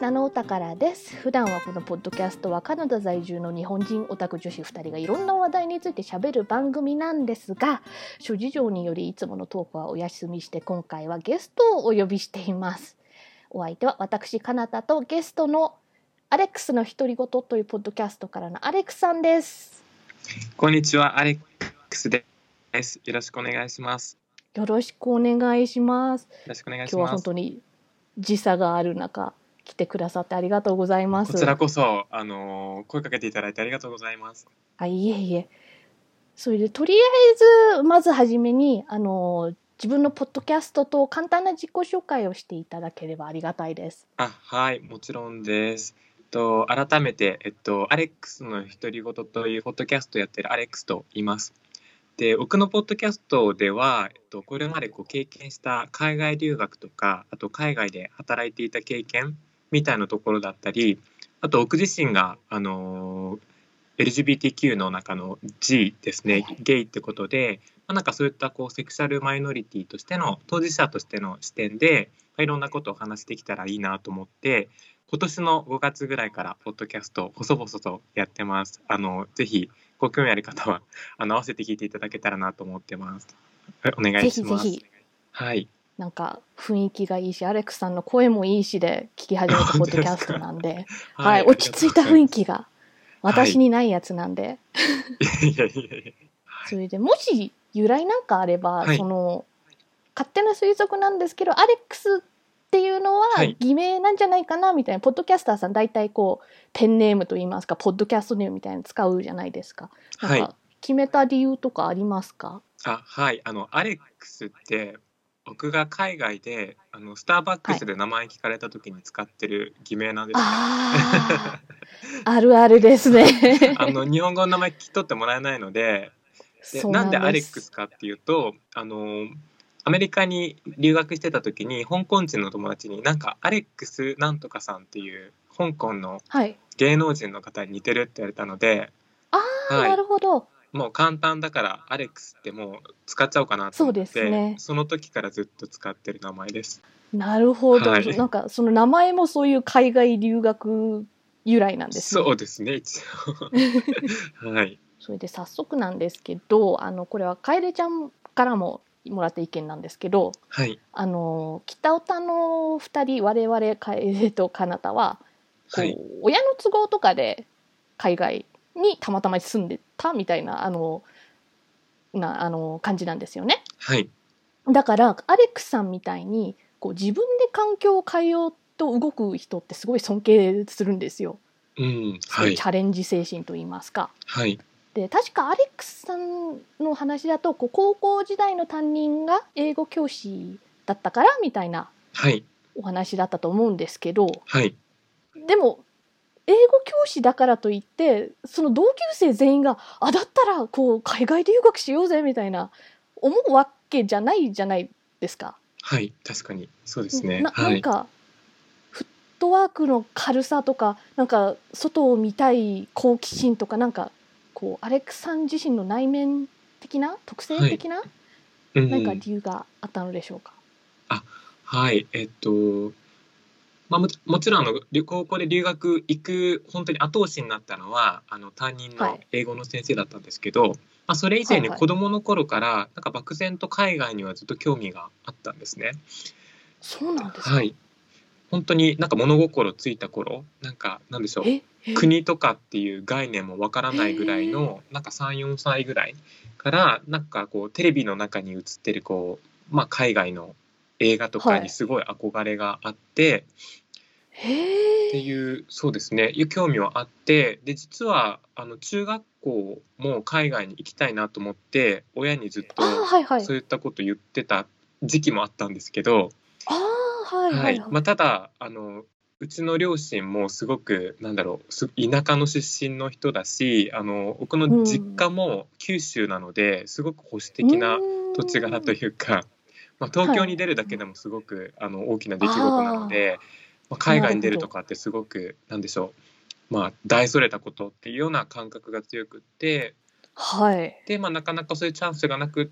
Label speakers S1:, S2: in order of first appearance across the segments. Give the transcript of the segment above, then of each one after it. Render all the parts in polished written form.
S1: 北のお宝です。普段はこのポッドキャストはカナダ在住の日本人オタク女子2人がいろんな話題について喋る番組なんですが、諸事情によりいつものトークはお休みして、今回はゲストをお呼びしています。お相手は私カナダとゲストのアレックスの独り言というポッドキャストからのアレックスさんです。
S2: こんにちは、アレックスです。よろしくお願いします。
S1: よろしくお願いします。
S2: よろしくお願いします。
S1: 今日は本当に時差がある中来てくださってありがとうございます。
S2: こちらこそ、声かけていただいてありがとうございます。
S1: いえいえ。それでとりあえずまずはじめに自分のポッドキャストと簡単な自己紹介をしていただければありがたいです。
S2: はい、もちろんです。改めて、アレックスの独り言というポッドキャストをやっているアレックスと言います。で、僕のポッドキャストでは、これまで経験した海外留学とか、あと海外で働いていた経験みたいなところだったり、あと僕自身が、LGBTQ の中の G ですね、ゲイってことで、なんかそういったセクシャルマイノリティとしての当事者としての視点で、いろんなことを話してきたらいいなと思って、今年の5月ぐらいからポッドキャスト細々とやってます。ぜひご興味ある方は合わせて聞いていただけたらなと思ってます。お願いします。
S1: ぜひぜひ。
S2: はい。
S1: なんか雰囲気がいいし、アレックスさんの声もいいしで聞き始めたポッドキャストなんで、はい、落ち着いた雰囲気が私にないやつなんで。
S2: いやいやいや。
S1: それでもし由来なんかあれば、
S2: はい、
S1: その勝手な推測なんですけど、アレックスっていうのは偽名なんじゃないかなみたいな、ポッドキャスターさん大体ペンネームといいますか、ポッドキャストネームみたいなの使うじゃないですか。なんか決めた理由とかありますか？
S2: はい、アレックスって僕が海外でスターバックスで名前聞かれた時に使ってる偽名なんですね。
S1: あるあるですね。
S2: 日本語の名前聞き取ってもらえないので、なんでアレックスかっていうと、アメリカに留学してた時に香港人の友達になんかアレックスなんとかさんっていう香港の芸能人の方に似てるって言われたので、
S1: なるほど。
S2: もう簡単だからアレックスってもう使っちゃおうかなと思って、その時からずっと使ってる名前です。
S1: なるほど、なんかその名前もそういう海外留学由来なんですね。
S2: そうですね、一応。はい。
S1: それで早速なんですけど、これは楓ちゃんからももらった意見なんですけど、
S2: はい、
S1: 北オタの2人、我々楓とかなたは親の都合とかで海外にたまたま住んでたみたいな感じなんですよね。
S2: はい。
S1: だからアレックスさんみたいに自分で環境を変えようと動く人ってすごい尊敬するんですよ。そういうチャレンジ精神といいますか。
S2: はい。
S1: で確かアレックスさんの話だと高校時代の担任が英語教師だったからみたいなお話だったと思うんですけど、
S2: はい、
S1: でも英語教師だからといってその同級生全員がだったら海外留学しようぜみたいな思うわけじゃないじゃないですか。
S2: はい、確かにそうですね。
S1: なんかフットワークの軽さとか、なんか外を見たい好奇心とか、なんかアレックスさん自身の内面的な特性的な、何か理由があったのでしょうか？
S2: はい、もちろん高校で留学行く本当に後押しになったのは担任の英語の先生だったんですけど、それ以前に子どもの頃からなんか漠然と海外にはずっと興味があったんですね。
S1: そうなんですか？
S2: はい、本当になんか物心ついた頃、なんでしょう、国とかっていう概念もわからないぐらいのなんか 3,4 歳ぐらいからなんかテレビの中に映ってる海外の映画とかにすごい憧れがあって、っていうそうですね、いう興味はあって、で実は中学校も海外に行きたいなと思って親にずっとそういったこと言ってた時期もあったんですけど、ただうちの両親もすごく田舎の出身の人だし、僕の実家も九州なのですごく保守的な土地柄というか、東京に出るだけでもすごく大きな出来事なので、海外に出るとかってすごく大それたことっていうような感覚が強くって、
S1: はい。
S2: で、なかなかそういうチャンスがなくって、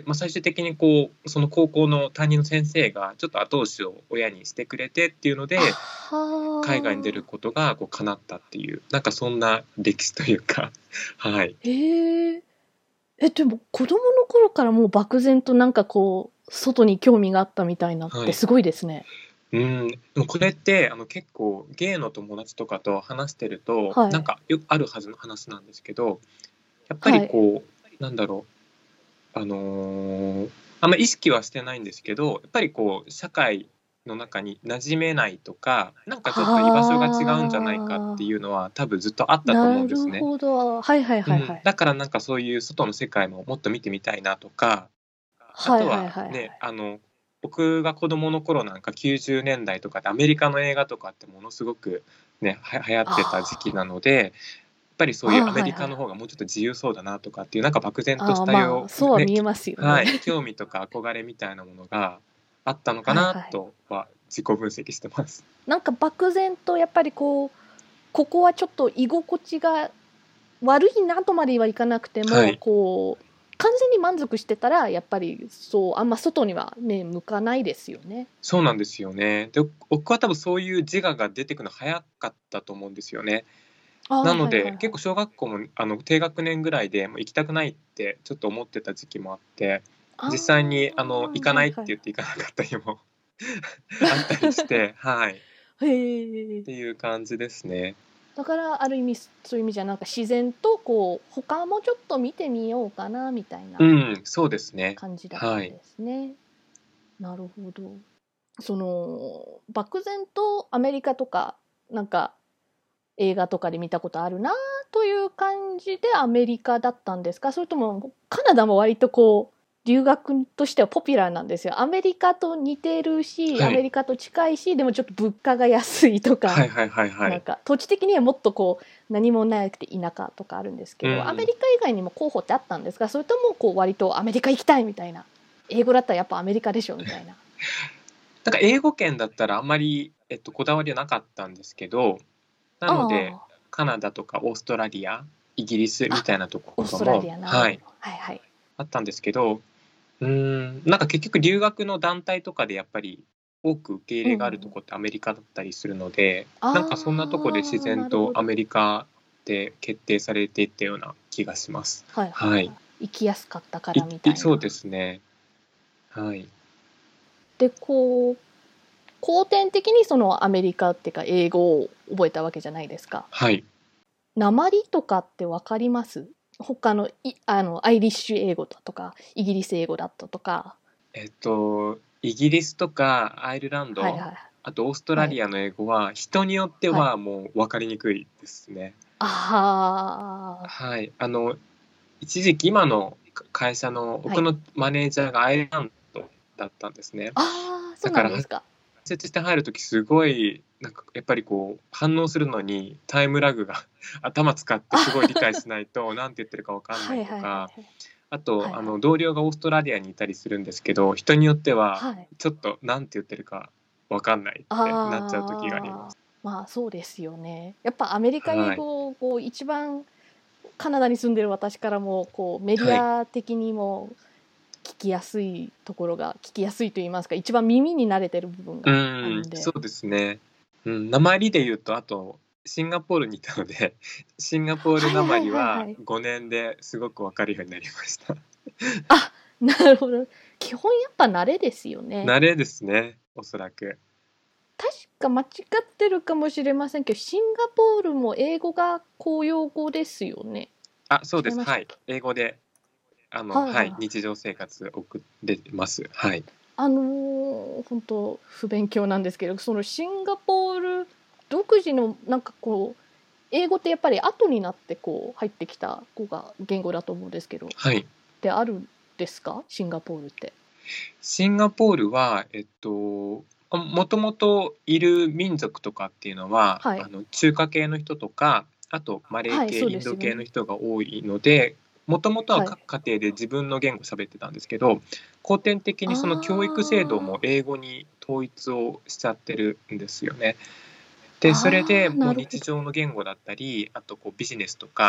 S2: 最終的にこうその高校の担任の先生がちょっと後押しを親にしてくれてっていうの
S1: あ
S2: で、海外に出る
S1: は。
S2: ことがこう叶ったっていう、なんかそんな歴史というか、はい。
S1: へえ。でも子供の頃からもう漠然となんかこう、外に興味があったみたいなっ
S2: はい。
S1: てすごいですね。
S2: でもこれって結構ゲイの友達とかと話してると、
S1: はい。
S2: なんかよくあるはずの話なんですけど、やっぱり
S1: はい。
S2: こう、なんだろう、あんま意識はしてないんですけど、やっぱりこう社会の中に馴染めないとか、なんかちょっと居場所が違うんじゃないかって
S1: ああ、
S2: いうのは多分ずっとあったと思う
S1: な
S2: んですね。
S1: るほど。はいはいはいはい。
S2: だからなんかそういう外の世界ももっと見てみたいなとか、あと
S1: はいはいはいはい。
S2: はね、僕が子供の頃なんか90年代とかでアメリカの映画とかってものすごくね、流行ってた時期な
S1: あ
S2: ので、やっぱりそういう
S1: あ、ああ、
S2: アメリカの
S1: はいはい。
S2: 方がもうちょっと自由そうだなとかっていうなんか漠然とし
S1: ああ、
S2: た
S1: まあ、そうは
S2: ね、
S1: 見えますよね。
S2: はい、興味とか憧れみたいなものがあったのかな
S1: はいはい。
S2: とは自己分析してます。
S1: なんか漠然とやっぱりこう、ここはちょっと居心地が悪いなとまではいかなくても、
S2: はい。
S1: こう、完全に満足してたら、やっぱりそう、あんま外にはね、向かないですよね。
S2: そうなんですよね。で、僕は多分そういう自我が出てくの早かったと思うんですよね。
S1: ああ、
S2: なので、
S1: はいはいはい。
S2: 結構小学校も低学年ぐらいでもう行きたくないってちょっと思ってた時期もあって、
S1: あ
S2: 実際に
S1: あ、
S2: 行かないって
S1: はいはい。
S2: 言って行かなかったりもあったりして、はい。っ
S1: へえ。
S2: ていう感じですね。
S1: だからある意味そういう意味じゃなんか自然とこう他もちょっと見てみようかなみたいな
S2: そうですね。
S1: 感じだった
S2: はい。
S1: んですね。なるほど。その漠然とアメリカとかなんか映画とかで見たことあるなという感じでアメリカだったんですか？それともカナダも割とこう留学としてはポピュラーなんですよ。アメリカと似てるし、
S2: はい。
S1: アメリカと近いし、でもちょっと物価が安いとか、
S2: はいはいはいはい。
S1: なんか土地的にはもっとこう何もなくて田舎とかあるんですけど、アメ
S2: うん。
S1: リカ以外にも候補ってあったんですか？それともこう割とアメリカ行きたいみたいな、英語だったらやっぱアメリカでしょみたいな。
S2: なんか英語圏だったらあんまり、こだわりはなかったんですけど、なので、
S1: あ
S2: カナダとかオーストラリア、イギリス
S1: あ、あ、
S2: みたいなとこ
S1: オース
S2: ろも、
S1: トラリア、なる
S2: はい、
S1: ほど。はいはい。
S2: あったんですけど、なんか結局留学の団体とかでやっぱり多く受け入
S1: うんう
S2: れがあると
S1: ん。
S2: こってアメリカだったりするので、なんかそんなとこで自
S1: ああ、
S2: 然
S1: なるほど。
S2: とアメリカで決定されていったような気がします。
S1: はいはい
S2: はい。
S1: はい。行きやすかったからみたい
S2: そうで
S1: な。
S2: すね。はい。
S1: で、こう、後天的にそのアメリカっていうか英語を覚えたわけじゃないですか。
S2: はい。
S1: 訛りとかってわかります？他のアイリッシュ英語だとか、イギリス英語だったとか。
S2: イギリスとかアイルランド、
S1: はいはい。
S2: あとオーストラ
S1: はい。
S2: リアの英語は人によって
S1: はい。
S2: はもう分かりにくいですね。
S1: ああ、
S2: はい。一時期今の会社の
S1: はい。
S2: 僕のマネージャーがアイルランドだったんですね。
S1: ああ、そう
S2: だから面
S1: なんですか。
S2: 接して入る時すごいなんかやっぱりこう反応するのにタイムラグが頭使ってすごい理解しないと何て言ってるか分かんな
S1: はい
S2: いとか、
S1: はいはいはい。
S2: あと
S1: はいはい。
S2: 同僚がオーストラリアにいたりするんですけど、人によっては
S1: はい。
S2: ちょっと何て言ってるか分かんないってなっちゃう時がありま
S1: ああ、
S2: す。
S1: まあそうですよね。やっぱアメリカ英
S2: はい。
S1: 語をこう一番カナダに住んでる私からもこうメデ
S2: はい。
S1: ィア的にも聞きやすいところが聞きやすいと言いますか、一番耳に慣れてる部分があるんで。
S2: そうですね。訛りで言うと、あと、シンガポールにいたので、シンガポール訛
S1: はいはい
S2: りは
S1: はいはい。
S2: 5年ですごく分かるようになりました。
S1: あ、なるほど。基本やっぱ慣れですよね。
S2: 慣れですね、おそらく。
S1: 確か間違ってるかもしれませんけど、シンガポールも英語が公用語ですよね。
S2: あ、そうです。はい。
S1: 違いましたっけ？
S2: 英語で、はい、
S1: はいはいはい。
S2: 日常生活送ってます。はい。
S1: 本当不勉強なんですけど、そのシンガポール独自のなんかこう英語ってやっぱり後になってこう入ってきた言語だと思うんですけど、
S2: はい。
S1: であるんですか？シンガポールって。
S2: シンガポールは、もともといる民族とかっていうのは、
S1: はい。
S2: 中華系の人とか、あとマレー
S1: はい、
S2: 系、
S1: そう
S2: インド
S1: ですよね。
S2: 系の人が多いので、もともとは
S1: はい。
S2: 各家庭で自分の言語を喋ってたんですけど、後天的にその教育制度も
S1: あ
S2: 英語に統一をしちゃってるんですよね。で、それで
S1: あ、ああ、
S2: もう日
S1: なるほど。
S2: 常の言語だったり、あとこうビジネスとか、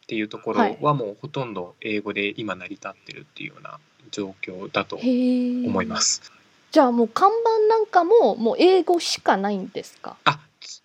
S2: っていうとこ
S1: はい
S2: ろはもうほとんど英語で今成り立ってるっていうような状況だと
S1: へえ。
S2: 思います。
S1: じゃあもう看板なんかももう英語しかないんですか？
S2: あ、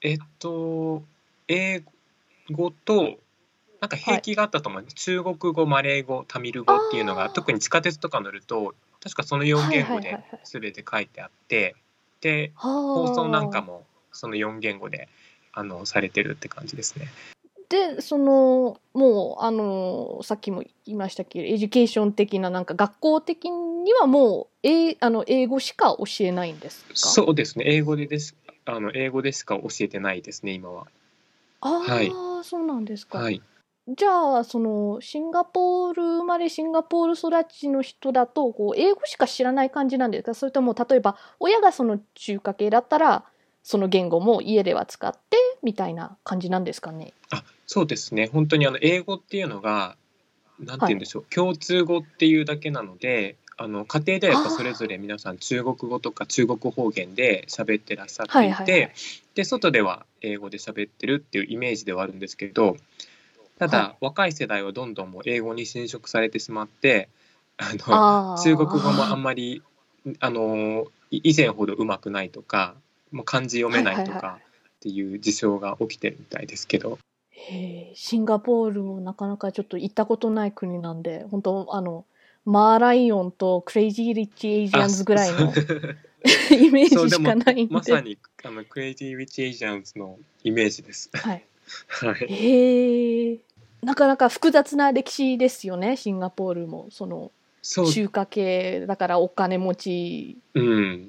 S2: 英語となんか
S1: はい。
S2: 併記があったと思うんです。中国語、マレー語、タミル
S1: あ
S2: 語っていうのが特
S1: あ。
S2: に地下鉄とか乗ると確かその4
S1: はい
S2: 言語で
S1: はいはいはい。
S2: 全て書いてあって、で放送なんか
S1: はあ。
S2: もその4言語でされてるって感じですね。
S1: で、その、もう、さっきも言いましたけど、エデュケーション的な、なんか学校的にはもう、英語しか教えないんですか？
S2: そうですね。英語でしか教えてないですね、今は。はい。
S1: ああ、そうなんですか。
S2: はい。
S1: じゃあ、その、シンガポール生まれ、シンガポール育ちの人だと、こう、英語しか知らない感じなんですか？それとも、例えば、親がその中華系だったら、その言語も家では使って、みたいな感じなんですかね？
S2: そうですね。本当に英語っていうのが、なんて
S1: はい。
S2: 言うんでしょう、共通語っていうだけなので、家庭ではやっぱそれぞれ
S1: ああ、
S2: 皆さん中国語とか中国方言で喋ってらっしゃっ
S1: は
S2: ていて、
S1: いはいはい。
S2: で、外では英語で喋ってるっていうイメージではあるんですけど、た
S1: はい。
S2: だ若い世代はどんどんもう英語に侵食されてしまって、中国語もあん
S1: ああ、
S2: まり、以前ほど上手くないとか、もう漢字読め
S1: はい
S2: ないとか
S1: はいはいはい。
S2: っていう事象が起きてるみたいですけど。
S1: へえ、シンガポールもなかなかちょっと行ったことない国なんで、本当マーライオンとクレイジー・リッチ・エイジアンズぐらいのイメー
S2: そう、でも、
S1: ジしかないんで。
S2: まさに、クレイジー・ウィッチ・エイジャンズのイメージです。
S1: はい。
S2: はい。
S1: へえ。なかなか複雑な歴史ですよね、シンガポールも。その、
S2: そう、
S1: 中華系だからお金持ち
S2: うん、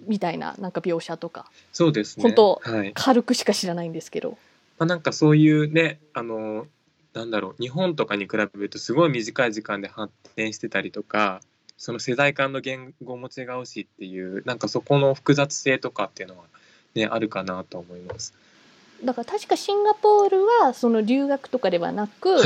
S1: みたいな、なんか描写とか。
S2: そうですね。
S1: 本当
S2: はい。
S1: 軽くしか知らないんですけど。
S2: なんかそういうね、なんだろう、日本とかに比べるとすごい短い時間で発展してたりとか、その世代間の言語も違うしっていう、なんかそこの複雑性とかっていうのはね、あるかなと思います。
S1: だから確かシンガポールはその留学とかではなく、
S2: はい。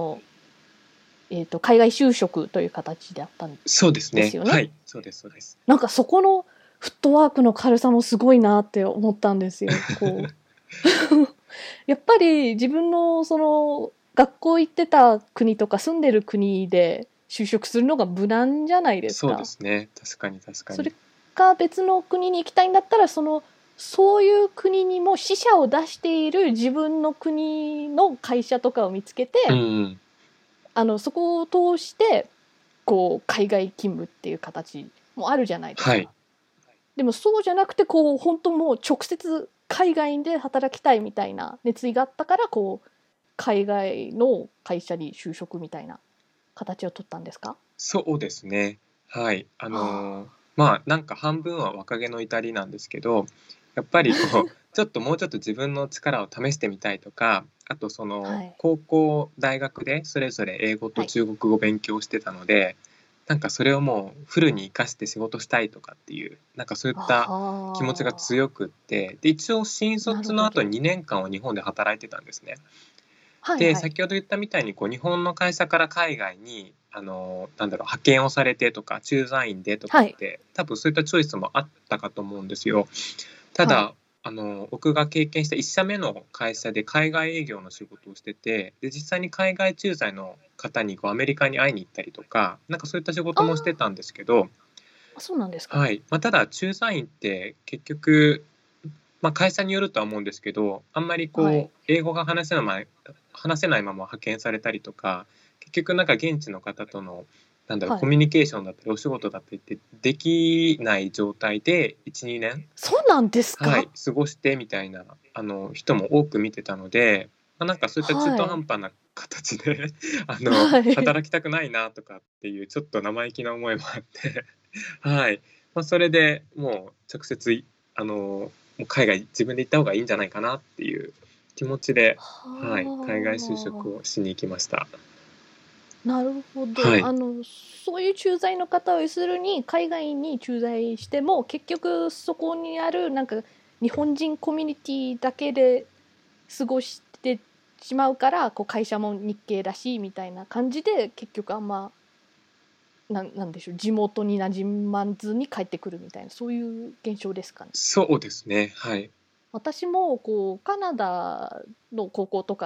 S1: 海外就職という形だったん
S2: そうですね。
S1: ですよね。
S2: はい。そうです、そうです。
S1: なんかそこのフットワークの軽さもすごいなって思ったんですよ。こうやっぱり自分のその学校行ってた国とか住んでる国で就職するのが無難じゃないです
S2: そうで
S1: か。
S2: すね。確かに確かに。
S1: それか別の国に行きたいんだったらそういう国にも支社を出している自分の国の会社とかを見つけて、
S2: うん。
S1: そこを通してこう海外勤務っていう形もあるじゃないですか。
S2: はい。
S1: でもそうじゃなくてこう本当もう直接海外で働きたいみたいな熱意があったからこう海外の会社に就職みたいな形を取ったんですか？
S2: そうですね。はい。
S1: あ
S2: なんか半分は若気の至りなんですけど、やっぱりこう、もうちょっと自分の力を試してみたいとか、あとそ
S1: あ、はい。
S2: の高校、大学でそれぞれ英語と
S1: はい。
S2: 中国語を勉強してたので、なんかそれをもうフルに活かして仕事したいとかっていう、なんかそういっ
S1: あ
S2: た気持ちが
S1: は
S2: 強くって、で、一応新
S1: なる
S2: 卒の後
S1: ほど。
S2: 2年間は日本で働いてたんですね。で、
S1: はいはい。
S2: 先ほど言ったみたいにこう日本の会社から海外に派遣をされてとか駐在員でとか
S1: はい。
S2: って多分そういったチョイスもあったかと思うんですよ。た
S1: はい。
S2: だ僕が経験した1社目の会社で海外営業の仕事をしてて、で実際に海外駐在の方にこうアメリカに会いに行ったりとか、なんかそういった仕
S1: あ
S2: 事もしてたんですけど、
S1: あ、そうなんですか。
S2: はい。ただ駐在員って結局会社によるとは思うんですけど、あんまり
S1: はい。
S2: こう、英語が話せないまま派遣されたりとか、結局なんか現地の方との、
S1: はい。
S2: コミュニケーションだったり、お仕事だったりってできない状態で1、2年、
S1: そうなんですか？
S2: はい、過ごしてみたいな、人も多く見てたので、なんかそういった中
S1: はい。
S2: 途半端な形で
S1: はい。
S2: 働きたくないなとかっていうちょっと生意気な思いもあってはい。それでもう直接、もう海外自分で行った方がいいんじゃないかなっていう気持ちで、はい、海外就職
S1: はあ。
S2: をしに行きました。
S1: なるほど。
S2: はい。
S1: そういう駐在の方を要するに、海外に駐在しても、結局そこにある、なんか、日本人コミュニティだけで過ごしてしまうから、こう会社も日系だし、みたいな感じで、結局あんま、なんでしょう、地元に馴染まずに帰ってくるみたいな、そういう現象ですかね。
S2: そうですね。はい。
S1: 私も、こう、カナダの高校とか行っ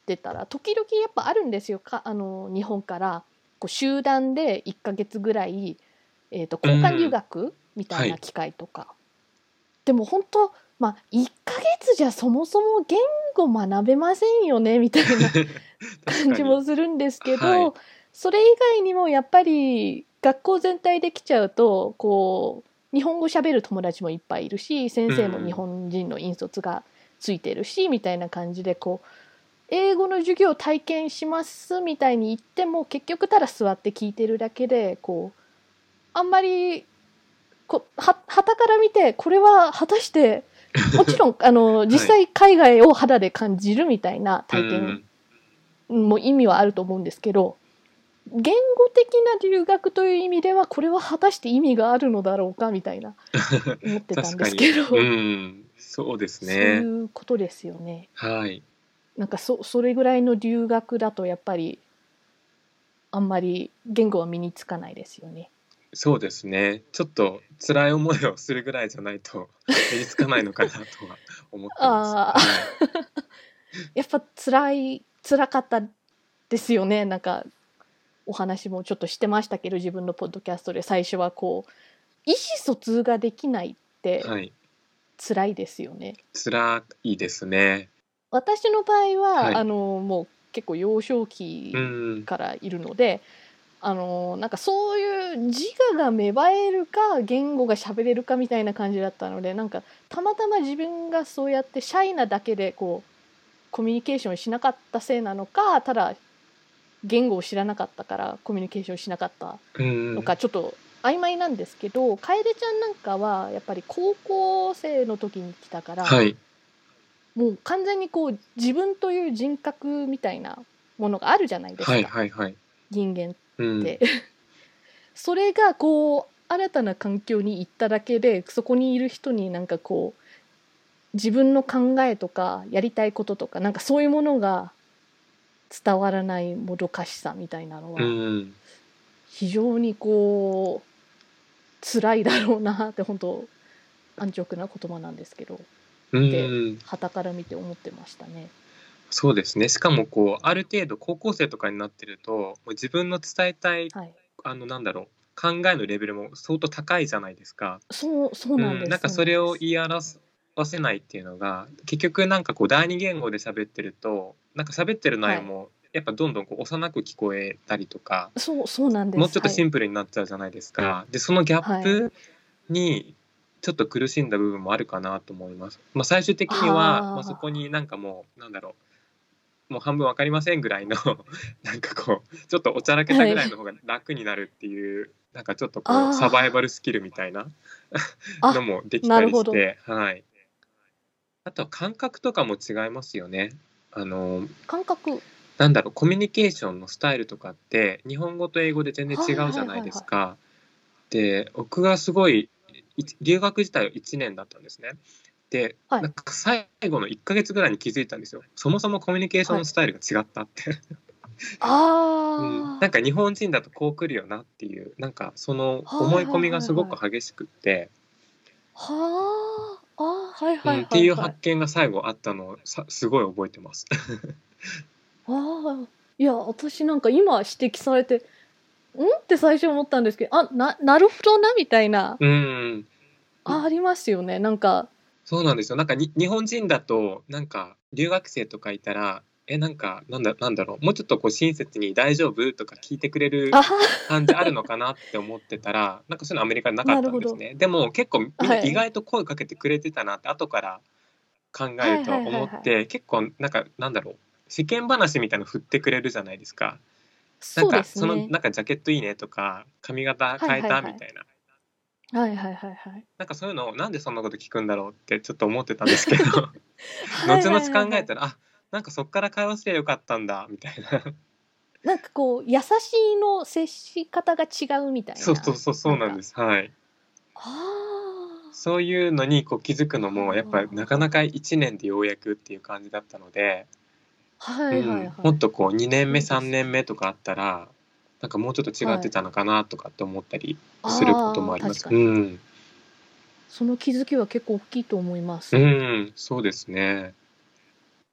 S1: ってたら時々やっぱあるんですよ。日本からこう集団で1ヶ月ぐらい、交換留学みたいな機会とか、でも本当まあ1ヶ月じゃそもそも言語学べませんよねみたいな感じもするんですけど、それ以外にもやっぱり学校全体で来ちゃうとこう日本語喋る友達もいっぱいいるし、先生も日本人の引率がついてるしみたいな感じで、こう英語の授業を体験しますみたいに言っても結局ただ座って聞いてるだけで、こうあんまり傍から見てこれは果たしてもちろん実際海外を肌で感じるみたいな体験も意味はあると思うんですけど、言語的な留学という意味ではこれは果たして意味があるのだろうかみたいな思ってたんですけど
S2: そうですね、
S1: そういうことですよね。なんかそれぐらいの留学だとやっぱりあんまり言語は身につかないですよね。
S2: そうですね。ちょっと辛い思いをするぐらいじゃないと身につかないのかなとは思ってます。
S1: やっぱ辛かったですよね。なんかお話もちょっとしてましたけど、自分のポッドキャストで最初はこう意思疎通ができないって辛いですよね。
S2: 辛いですね。
S1: 私の場合は、もう結構幼少期からいるので、なんかそういう自我が芽生えるか言語が喋れるかみたいな感じだったので、なんかたまたま自分がそうやってシャイなだけでこうコミュニケーションしなかったせいなのか、ただ言語を知らなかったからコミュニケーションしなかったのかちょっと曖昧なんですけど、楓ちゃんなんかはやっぱり高校生の時に来たから、もう完全にこう自分という人格みたいなものがあるじゃないですか、人間って、それがこう新たな環境に行っただけで、そこにいる人になんかこう自分の考えとかやりたいこととかなんかそういうものが伝わらないもどかしさみたいなのは非常にこう辛いだろうなって本当安直な言葉なんですけどって傍から見て思ってましたね。
S2: そうですね。しかもこうある程度高校生とかになってるともう自分の伝えたい、なんだろう考えのレベルも相当高いじゃないですか。
S1: そうなんです。
S2: なんかそれを言い表せないっていうのが結局なんかこう第二言語で喋ってるとなんか喋ってる内容もやっぱどんどんこう幼く聞こえたりとか、
S1: そうなんです。
S2: もうちょっとシンプルになっちゃうじゃないですか。でそのギャップにちょっと苦しんだ部分もあるかなと思います。最終的にはそこになんかもうなんだろうもう半分わかりませんぐらいのなんかこうちょっとおちゃらけたぐらいの方が楽になるっていう、なんかちょっとこうサバイバルスキルみたいなのもできたりして、あとは感覚とかも違いますよね。
S1: 感覚
S2: なんだろうコミュニケーションのスタイルとかって日本語と英語で全然違うじゃないですか。で僕がすごい留学自体は1年だったんですね。で、なんか最後の1ヶ月ぐらいに気づいたんですよ。そもそもコミュニケーションスタイルが違ったってなんか日本人だとこう来るよなっていうなんかその思い込みがすごく激しくってっていう発見が最後あったのをすごい覚えてます
S1: いや私なんか今指摘されてって最初思ったんですけど、なるほどなみたいな、ありますよね。なんか
S2: そうなんですよ。なんか日本人だとなんか留学生とかいたらなんかなんだろうもうちょっとこう親切に大丈夫とか聞いてくれる感じあるのかなって思ってたらなんかそういうのアメリカになかったんですね。でも結構みんな意外と声かけてくれてたなって後から考えると思って、結構なんかなんだろう世間話みたいなの振ってくれるじゃないですか。なんかそのなんかジャケットいいねとか髪型変えたみたいな。なんかそういうのをなんでそんなこと聞くんだろうってちょっと思ってたんですけど後々考えたらなんかそっから会話すればよかったんだみたいな
S1: なんかこう優しいの接し方が違うみたいな。
S2: そうなんです。そういうのにこう気づくのもやっぱりなかなか1年でようやくっていう感じだったので、もっとこう2年目3年目とかあったらなんかもうちょっと違ってたのかなとかって思ったりすることもあります。
S1: その気づきは結構大きいと思います。
S2: そうですね。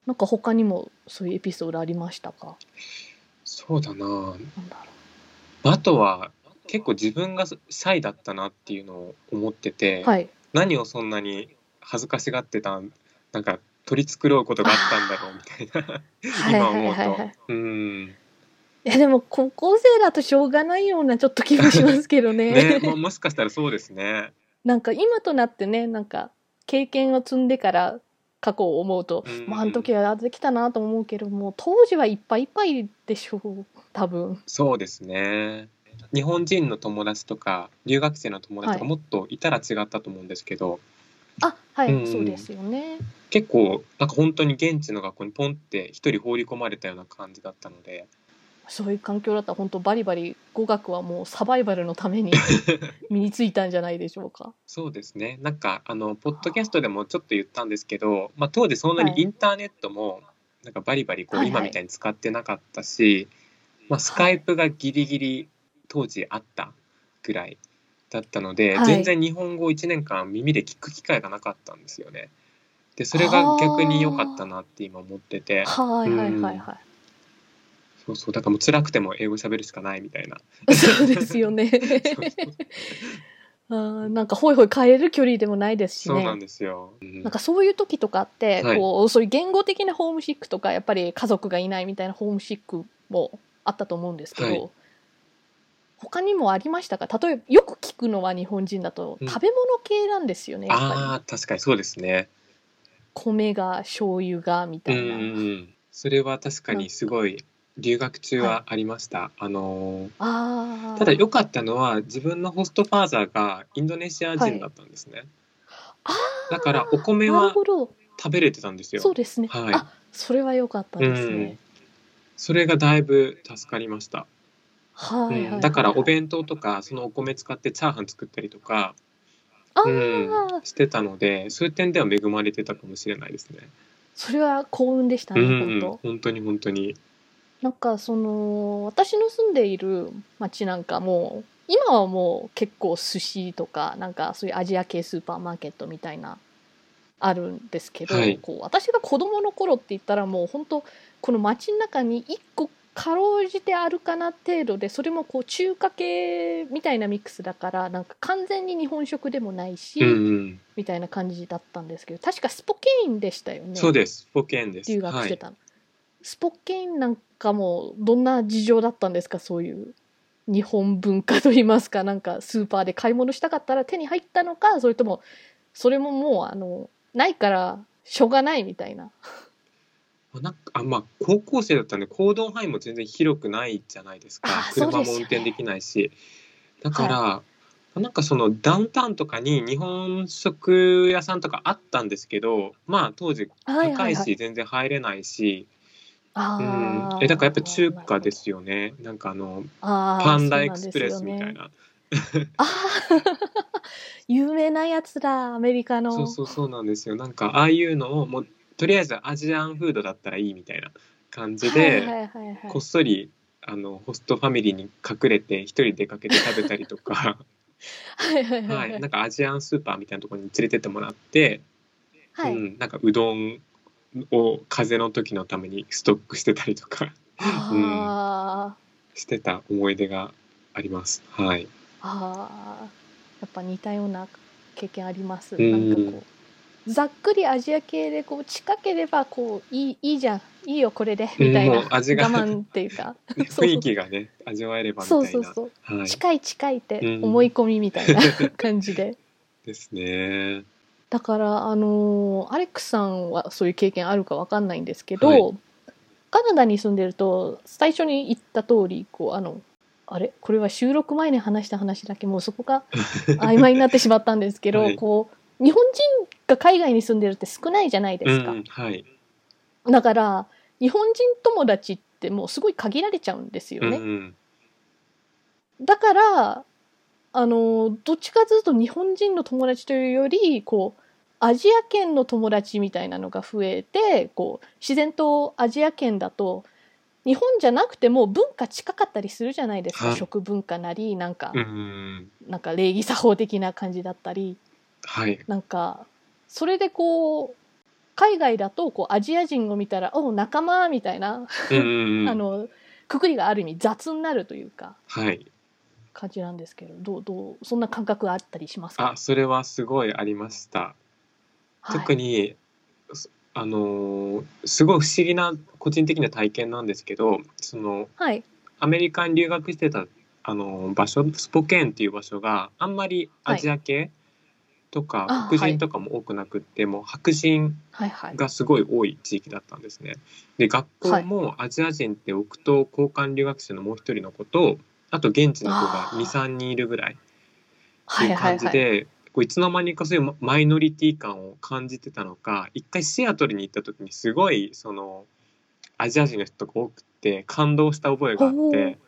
S1: なんか他にもそういうエピソードありましたか？
S2: そうだな。
S1: なんだ
S2: あとは結構自分がシャイだったなっていうのを思ってて、
S1: はい。
S2: 何をそんなに恥ずかしがってたなんか取り繕うことがあったんだろうみたいな
S1: はい
S2: 今
S1: はいはいは
S2: 思うと
S1: い。いやでも高校生だとしょうがないようなちょっと気がしますけど
S2: ね、
S1: ね。
S2: もしかしたらそうですね。
S1: なんか今となってね、なんか経験を積んでから過去を思うと、まああの時はできたなと思うけども、当時はいっぱいいっぱいでしょう、多分。
S2: そうですね。日本人の友達とか留学生の友達とか
S1: はい。
S2: もっといたら違ったと思うんですけど、
S1: あ、は
S2: う
S1: い、そうで
S2: ん、
S1: すよね。
S2: 結構なんか本当に現地の学校にポンって一人放り込まれたような感じだったので
S1: そういう環境だったら本当バリバリ語学はもうサバイバルのために身についたんじゃないでしょうか。
S2: そうですね。なんかポッドキャストでもちょっと言ったんですけど、まあ、当時そんなに
S1: はい。
S2: インターネットもなんかバリバリこう
S1: はいはい。
S2: 今みたいに使ってなかったし、まあ、スカイ
S1: はい。
S2: プがギリギリ当時あったぐらいだったので、
S1: はい。
S2: 全然日本語を1年間耳で聞く機会がなかったんですよね。で、それが逆に良かった
S1: は
S2: なって今思ってて、
S1: あ。は
S2: う
S1: いはいはい
S2: ん、
S1: は
S2: そうそう、だからもう辛くても英語喋るしかないみたいな。
S1: い。そうですよね。
S2: そうそう
S1: なんかホイホイ帰れる距離でもないですしね。
S2: そうなんですよ。
S1: なんかそういう時とかって、
S2: はい。
S1: こう、そういう言語的なホームシックとか、やっぱり家族がいないみたいなホームシックもあったと思うんですけ
S2: はい。
S1: ど、他にもありましたか？例えば、よく聞くのは日本人だと
S2: うん。
S1: 食べ物系なんですよね、やっぱり。
S2: ああ、確かにそうですね。
S1: 米が、醤油が、み
S2: うんう
S1: たいな。
S2: ん。それは確かにす
S1: なんか、
S2: ごい留学中
S1: はい。
S2: はありました。ただ
S1: あ
S2: 良かったのは自分のホストファーザーがインドネシア
S1: あ、はい。
S2: 人だったんですね。
S1: あ
S2: だからお
S1: あ、なる
S2: 米は
S1: ほど。
S2: 食べれてたんですよ。
S1: そうですね。
S2: はい。
S1: あ、それは良かった
S2: う
S1: ですね。
S2: ん。それがだいぶ助かりました。うん。
S1: はいはい
S2: だからお
S1: はいはい。
S2: 弁当とかそのお米使ってチャーハン作ったりとか、
S1: あ
S2: うん、
S1: あ、
S2: してたので、そういう点では恵まれてたかもしれないですね。
S1: それは幸運でした
S2: う
S1: ね、本
S2: ん、
S1: 当。
S2: 本当に本当に。
S1: なんかその私の住んでいる町なんかも今はもう結構寿司とかなんかそういうアジア系スーパーマーケットみたいなあるんですけど、
S2: はい。
S1: こう私が子供の頃って言ったらもう本当この街の中に1個かろうじてあるかな程度で、それもこう中華系みたいなミックスだからなんか完全に日本食でもない
S2: うん
S1: し
S2: うん。
S1: みたいな感じだったんですけど、確かスポケインでしたよね、
S2: そうです。保険です。
S1: 留学
S2: はい。
S1: してたの。スポケインなんかもどんな事情だったんですか？そういう日本文化といいますか、なんかスーパーで買い物したかったら手に入ったのか、それともそれももうないからしょうがないみたいな。
S2: まあ、高校生だったんで行動範囲も全然広くないじゃないですか。
S1: ああ、そう
S2: 車
S1: ですよね。
S2: も運転できないし。だか
S1: はい。
S2: ら、なんかそのダウンタウンとかに日本食屋さんとかあったんですけど、まあ当時
S1: はいはいはい。
S2: 高いし全然入れないし、うん、だからやっぱ中
S1: ああ、なるほど。
S2: 華ですよね。なんか
S1: ああ、
S2: パン
S1: そうなんです
S2: ダエクスプレ
S1: よね。
S2: スみたいな。
S1: ああ、有名なやつだ、アメリカの。
S2: そうそうそうなんですよ。なんかああいうのをもうとりあえずアジアンフードだったらいいみたいな感じで、
S1: はいはいはいは
S2: こっ
S1: い。
S2: そりホストファミリーに隠れて一人出かけて食べたりとか、
S1: はいはいはい
S2: はい、
S1: はい。
S2: なんかアジアンスーパーみたいなところに連れてってもらって、う
S1: はい。
S2: ん、なんかうどんを風邪の時のためにストックしてたりとか、うん、
S1: ああ、
S2: してた思い出があります。はい。
S1: ああ、やっぱ似たような経験あります。
S2: う
S1: なんか
S2: ん、
S1: こう、ざっくりアジア系でこう近ければこういいじゃん、いいよこれで
S2: うん、
S1: みたいな
S2: もう味が
S1: 我慢っていうか、そう
S2: 雰囲
S1: そう
S2: 気がね、味わえればみたいな。
S1: そうそうそう、
S2: はい。
S1: 近い近いって思い
S2: うん。
S1: 込みみたいな感じで。
S2: ですね。
S1: だからアレックスさんはそういう経験あるかわかんないんですけ
S2: はい。
S1: ど、カナダに住んでると最初に言った通りこうあれこれは収録前に話した話だけもうそこが曖昧になってしまったんですけど、
S2: はい。
S1: こう日本人が海外に住んでるって少ないじゃないですか。
S2: うん、はい。
S1: だから日本人友達ってもうすごい限られちゃうんですよ
S2: うんう
S1: ね。
S2: ん。
S1: だからどっちかというと日本人の友達というよりこうアジア圏の友達みたいなのが増えて、こう自然とアジア圏だと日本じゃなくても文化近かったりするじゃないですか。
S2: はい。
S1: 食文化なりなんか
S2: うん。
S1: 礼儀作法的な感じだったり、
S2: はい。
S1: なんかそれでこう海外だとこうアジア人を見たらお仲間みたいなくくりがある意味雑になるというか、
S2: はい、
S1: 感じなんですけど、どうそんな感覚あったりしますか？
S2: それはすごいありました。
S1: はい、
S2: 特にすごい不思議な個人的な体験なんですけど、
S1: はい、
S2: アメリカに留学してた場所、スポケーンっていう場所があんまりア
S1: はい、
S2: ジア系とか
S1: あ、
S2: 黒
S1: はい、
S2: 人とかも多くなくって、もう白人
S1: はい、はい、
S2: がすごい多い地域だったんですね。で、学校
S1: はい、
S2: もアジア人って僕と交換留学生のもう一人の子と、あと現地の子が2、
S1: あ
S2: 3人いるぐらいって
S1: はい、はい、
S2: いう感じ
S1: はい、
S2: で、こういつの間にかそういうマイノリティ感を感じてたのか、一回シアトルに行った時にすごいアジア人の人が多くて感動した覚えがあっ
S1: ほう、
S2: て、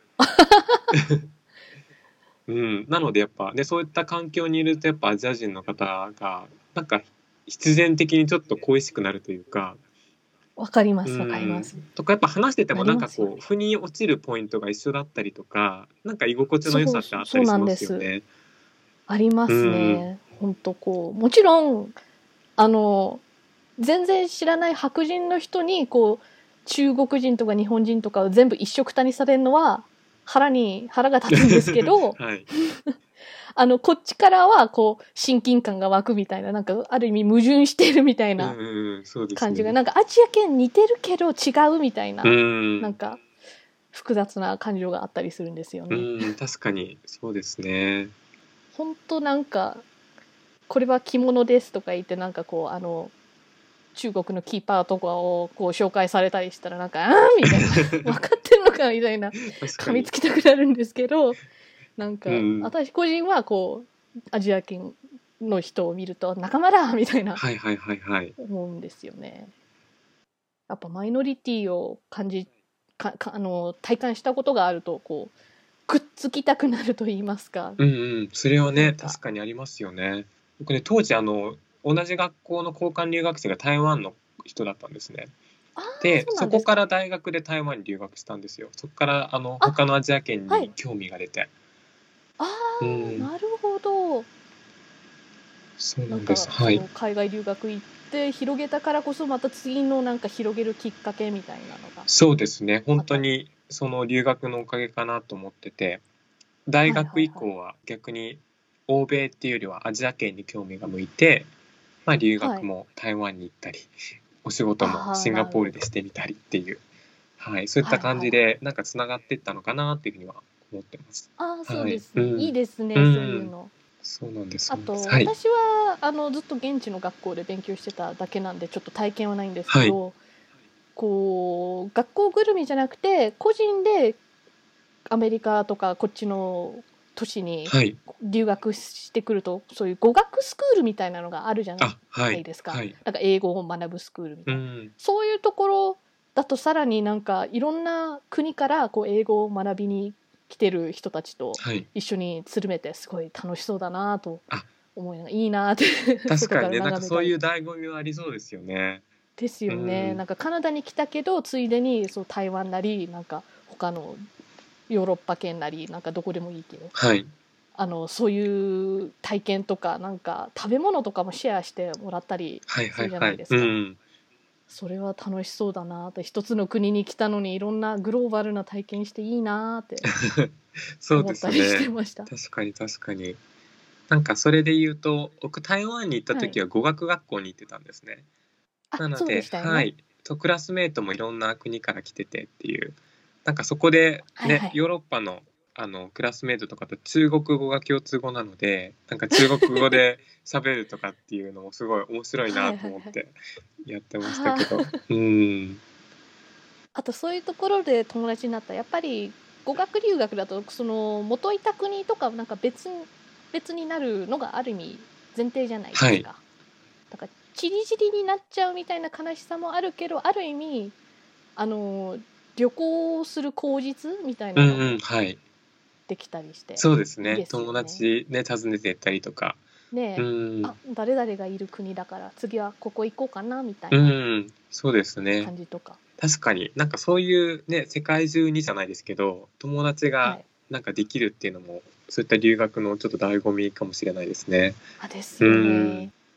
S2: うん、なのでやっぱね、そういった環境にいるとやっぱアジア人の方がなんか必然的にちょっと恋しくなるというか、
S1: わかりま
S2: う
S1: す、わかりま
S2: ん、
S1: す。
S2: とかやっぱ話してても
S1: なり
S2: なんか
S1: ますよね。
S2: こう腑に落ちるポイントが一緒だったりとか、なんか居心地の良さってあった
S1: そう
S2: りしま
S1: なんです。
S2: すよね。
S1: ありま
S2: う
S1: す
S2: ん、
S1: ね。本当こう、もちろん、あの、全然知らない白人の人に、こう、中国人とか日本人とかを全部一緒くたにされるのは、腹が立つんですけど、
S2: はい。
S1: こっちからは、こう、親近感が湧くみたいな、なんか、ある意味矛盾してるみたい
S2: うん
S1: な
S2: うんうん、そうです
S1: 感じが、
S2: ね。
S1: なんか、アジア圏似てるけど違うみたい
S2: う
S1: な、なん
S2: ん、
S1: か、複雑な感情があったりするんですよ
S2: う
S1: ね。
S2: ん、確かにそうですね。
S1: 本当なんか、これは着物ですとか言って、なんかこう、中国のキーパーとかをこう紹介されたりしたら、なんか、あーみたいな、分かってんのかみたいな、噛み
S2: 確かに。
S1: つきたくなるんですけど、なんか、
S2: うん、
S1: 私個人はこう、アジア圏の人を見ると、仲間だみたいな、
S2: はいはいはいはい。
S1: 思うんですよね。やっぱマイノリティを体感したことがあると、こう、くっつきたくなると言いますか、
S2: うんうん、それはね、
S1: なんか、
S2: 確かにありますよね。僕ね、当時同じ学校の交換留学生が台湾の人だったんですね。
S1: ああ、
S2: で、
S1: そうな
S2: そこ
S1: んですか。
S2: から大学で台湾に留学したんですよ。そこから
S1: あ、
S2: 他のアジア圏
S1: はい。
S2: に興味が出て。
S1: あ
S2: う
S1: あ、
S2: ん、
S1: なるほど。
S2: そうなんです。
S1: なんかそ
S2: はい。
S1: の海外留学行って広げたからこそまた次のなんか広げるきっかけみたいなのが
S2: そうですね。
S1: あったり。
S2: 本当にその留学のおかげかなと思ってて、大
S1: はい
S2: 学
S1: はいはい。
S2: 以降は逆に欧米っていうよりはアジア圏に興味が向いて、まあ留
S1: はい。
S2: 学も台湾に行ったり、お仕事も
S1: ああ、
S2: シンガ
S1: なるほど。
S2: ポールでしてみたりっていう、はい、そういった
S1: はいはいはい。
S2: 感じでなんかつながっていったのかなっていうふうには思ってます。
S1: ああ、そう
S2: はい。
S1: ですね。いい
S2: うん。
S1: ですね、そういう
S2: うん。
S1: の。
S2: そうなんです、そうなんです。
S1: あと、
S2: はい。
S1: 私は、ずっと現地の学校で勉強してただけなんで、ちょっと体験はないんですけ
S2: はい。
S1: ど、こう、学校ぐるみじゃなくて、個人でアメリカとかこっちの都市に
S2: はい。
S1: 留学してくると、そういう語学スクールみたいなのがあるじゃな
S2: あ、はい。
S1: いですか。
S2: はい。
S1: なんか英語を学ぶスクールみたいな。
S2: うん。
S1: そういうところだとさらになんかいろんな国からこう英語を学びに来てる人たちと
S2: はい。
S1: 一緒につるめてすごい楽しそうだなと
S2: あ、
S1: 思いながら、いいなって外から
S2: 確かにね、なんか
S1: 眺めたり。
S2: そういう醍醐味はありそうですよね。
S1: です
S2: う
S1: よね。
S2: ん。
S1: なんかカナダに来たけどついでにそう台湾なりなんか他のヨーロッパ圏なりなんかどこでもいいけど
S2: はい。
S1: そういう体験とかなんか食べ物とかもシェアしてもらったり
S2: はい
S1: するじゃな
S2: はいはい。
S1: いですか。
S2: うん。
S1: それは楽しそうだなって一つの国に来たのにいろんなグローバルな体験していいなって
S2: そうで
S1: 思ったりして
S2: すね。
S1: ました。
S2: 確かに確かに。なんかそれで言うと、僕台湾に行った
S1: はい。
S2: 時は語学学校に行ってたんですね。
S1: あ、そうで
S2: なので、
S1: したよね。
S2: はい。クラスメイトもいろんな国から来ててっていう、なんかそこでね、
S1: はいはい。
S2: ヨーロッパのクラスメイトとかと中国語が共通語なので、なんか中国語で喋るとかっていうのもすごい面白いな
S1: はいはいはい。
S2: と思ってやってました
S1: あ
S2: けど。
S1: ー
S2: うん。
S1: あとそういうところで友達になったやっぱり語学留学だとその元いた国とかなんか別になるのがある意味前提じゃないで
S2: はい。
S1: すか。だからチリチリになっちゃうみたいな悲しさもあるけどある意味あの旅行する口実みたい
S2: うんうん、
S1: なのも
S2: はい。
S1: できたりして
S2: そうですね。
S1: いいですよ
S2: 友
S1: ね。
S2: 達ね、訪ねて行ったりとか。う
S1: ねえ、あ、
S2: ん。
S1: 誰々がいる国だから次はここ行こうかなみたい
S2: う
S1: な
S2: ん。そうですね。
S1: 感じとか。
S2: 確かに、なんかそういうね、世界中にじゃないですけど、友達が
S1: はい。
S2: なんかできるっていうのも、そういった留学のちょっと醍醐味かもしれないですね。
S1: あ、です
S2: う
S1: よ
S2: ん。
S1: ね。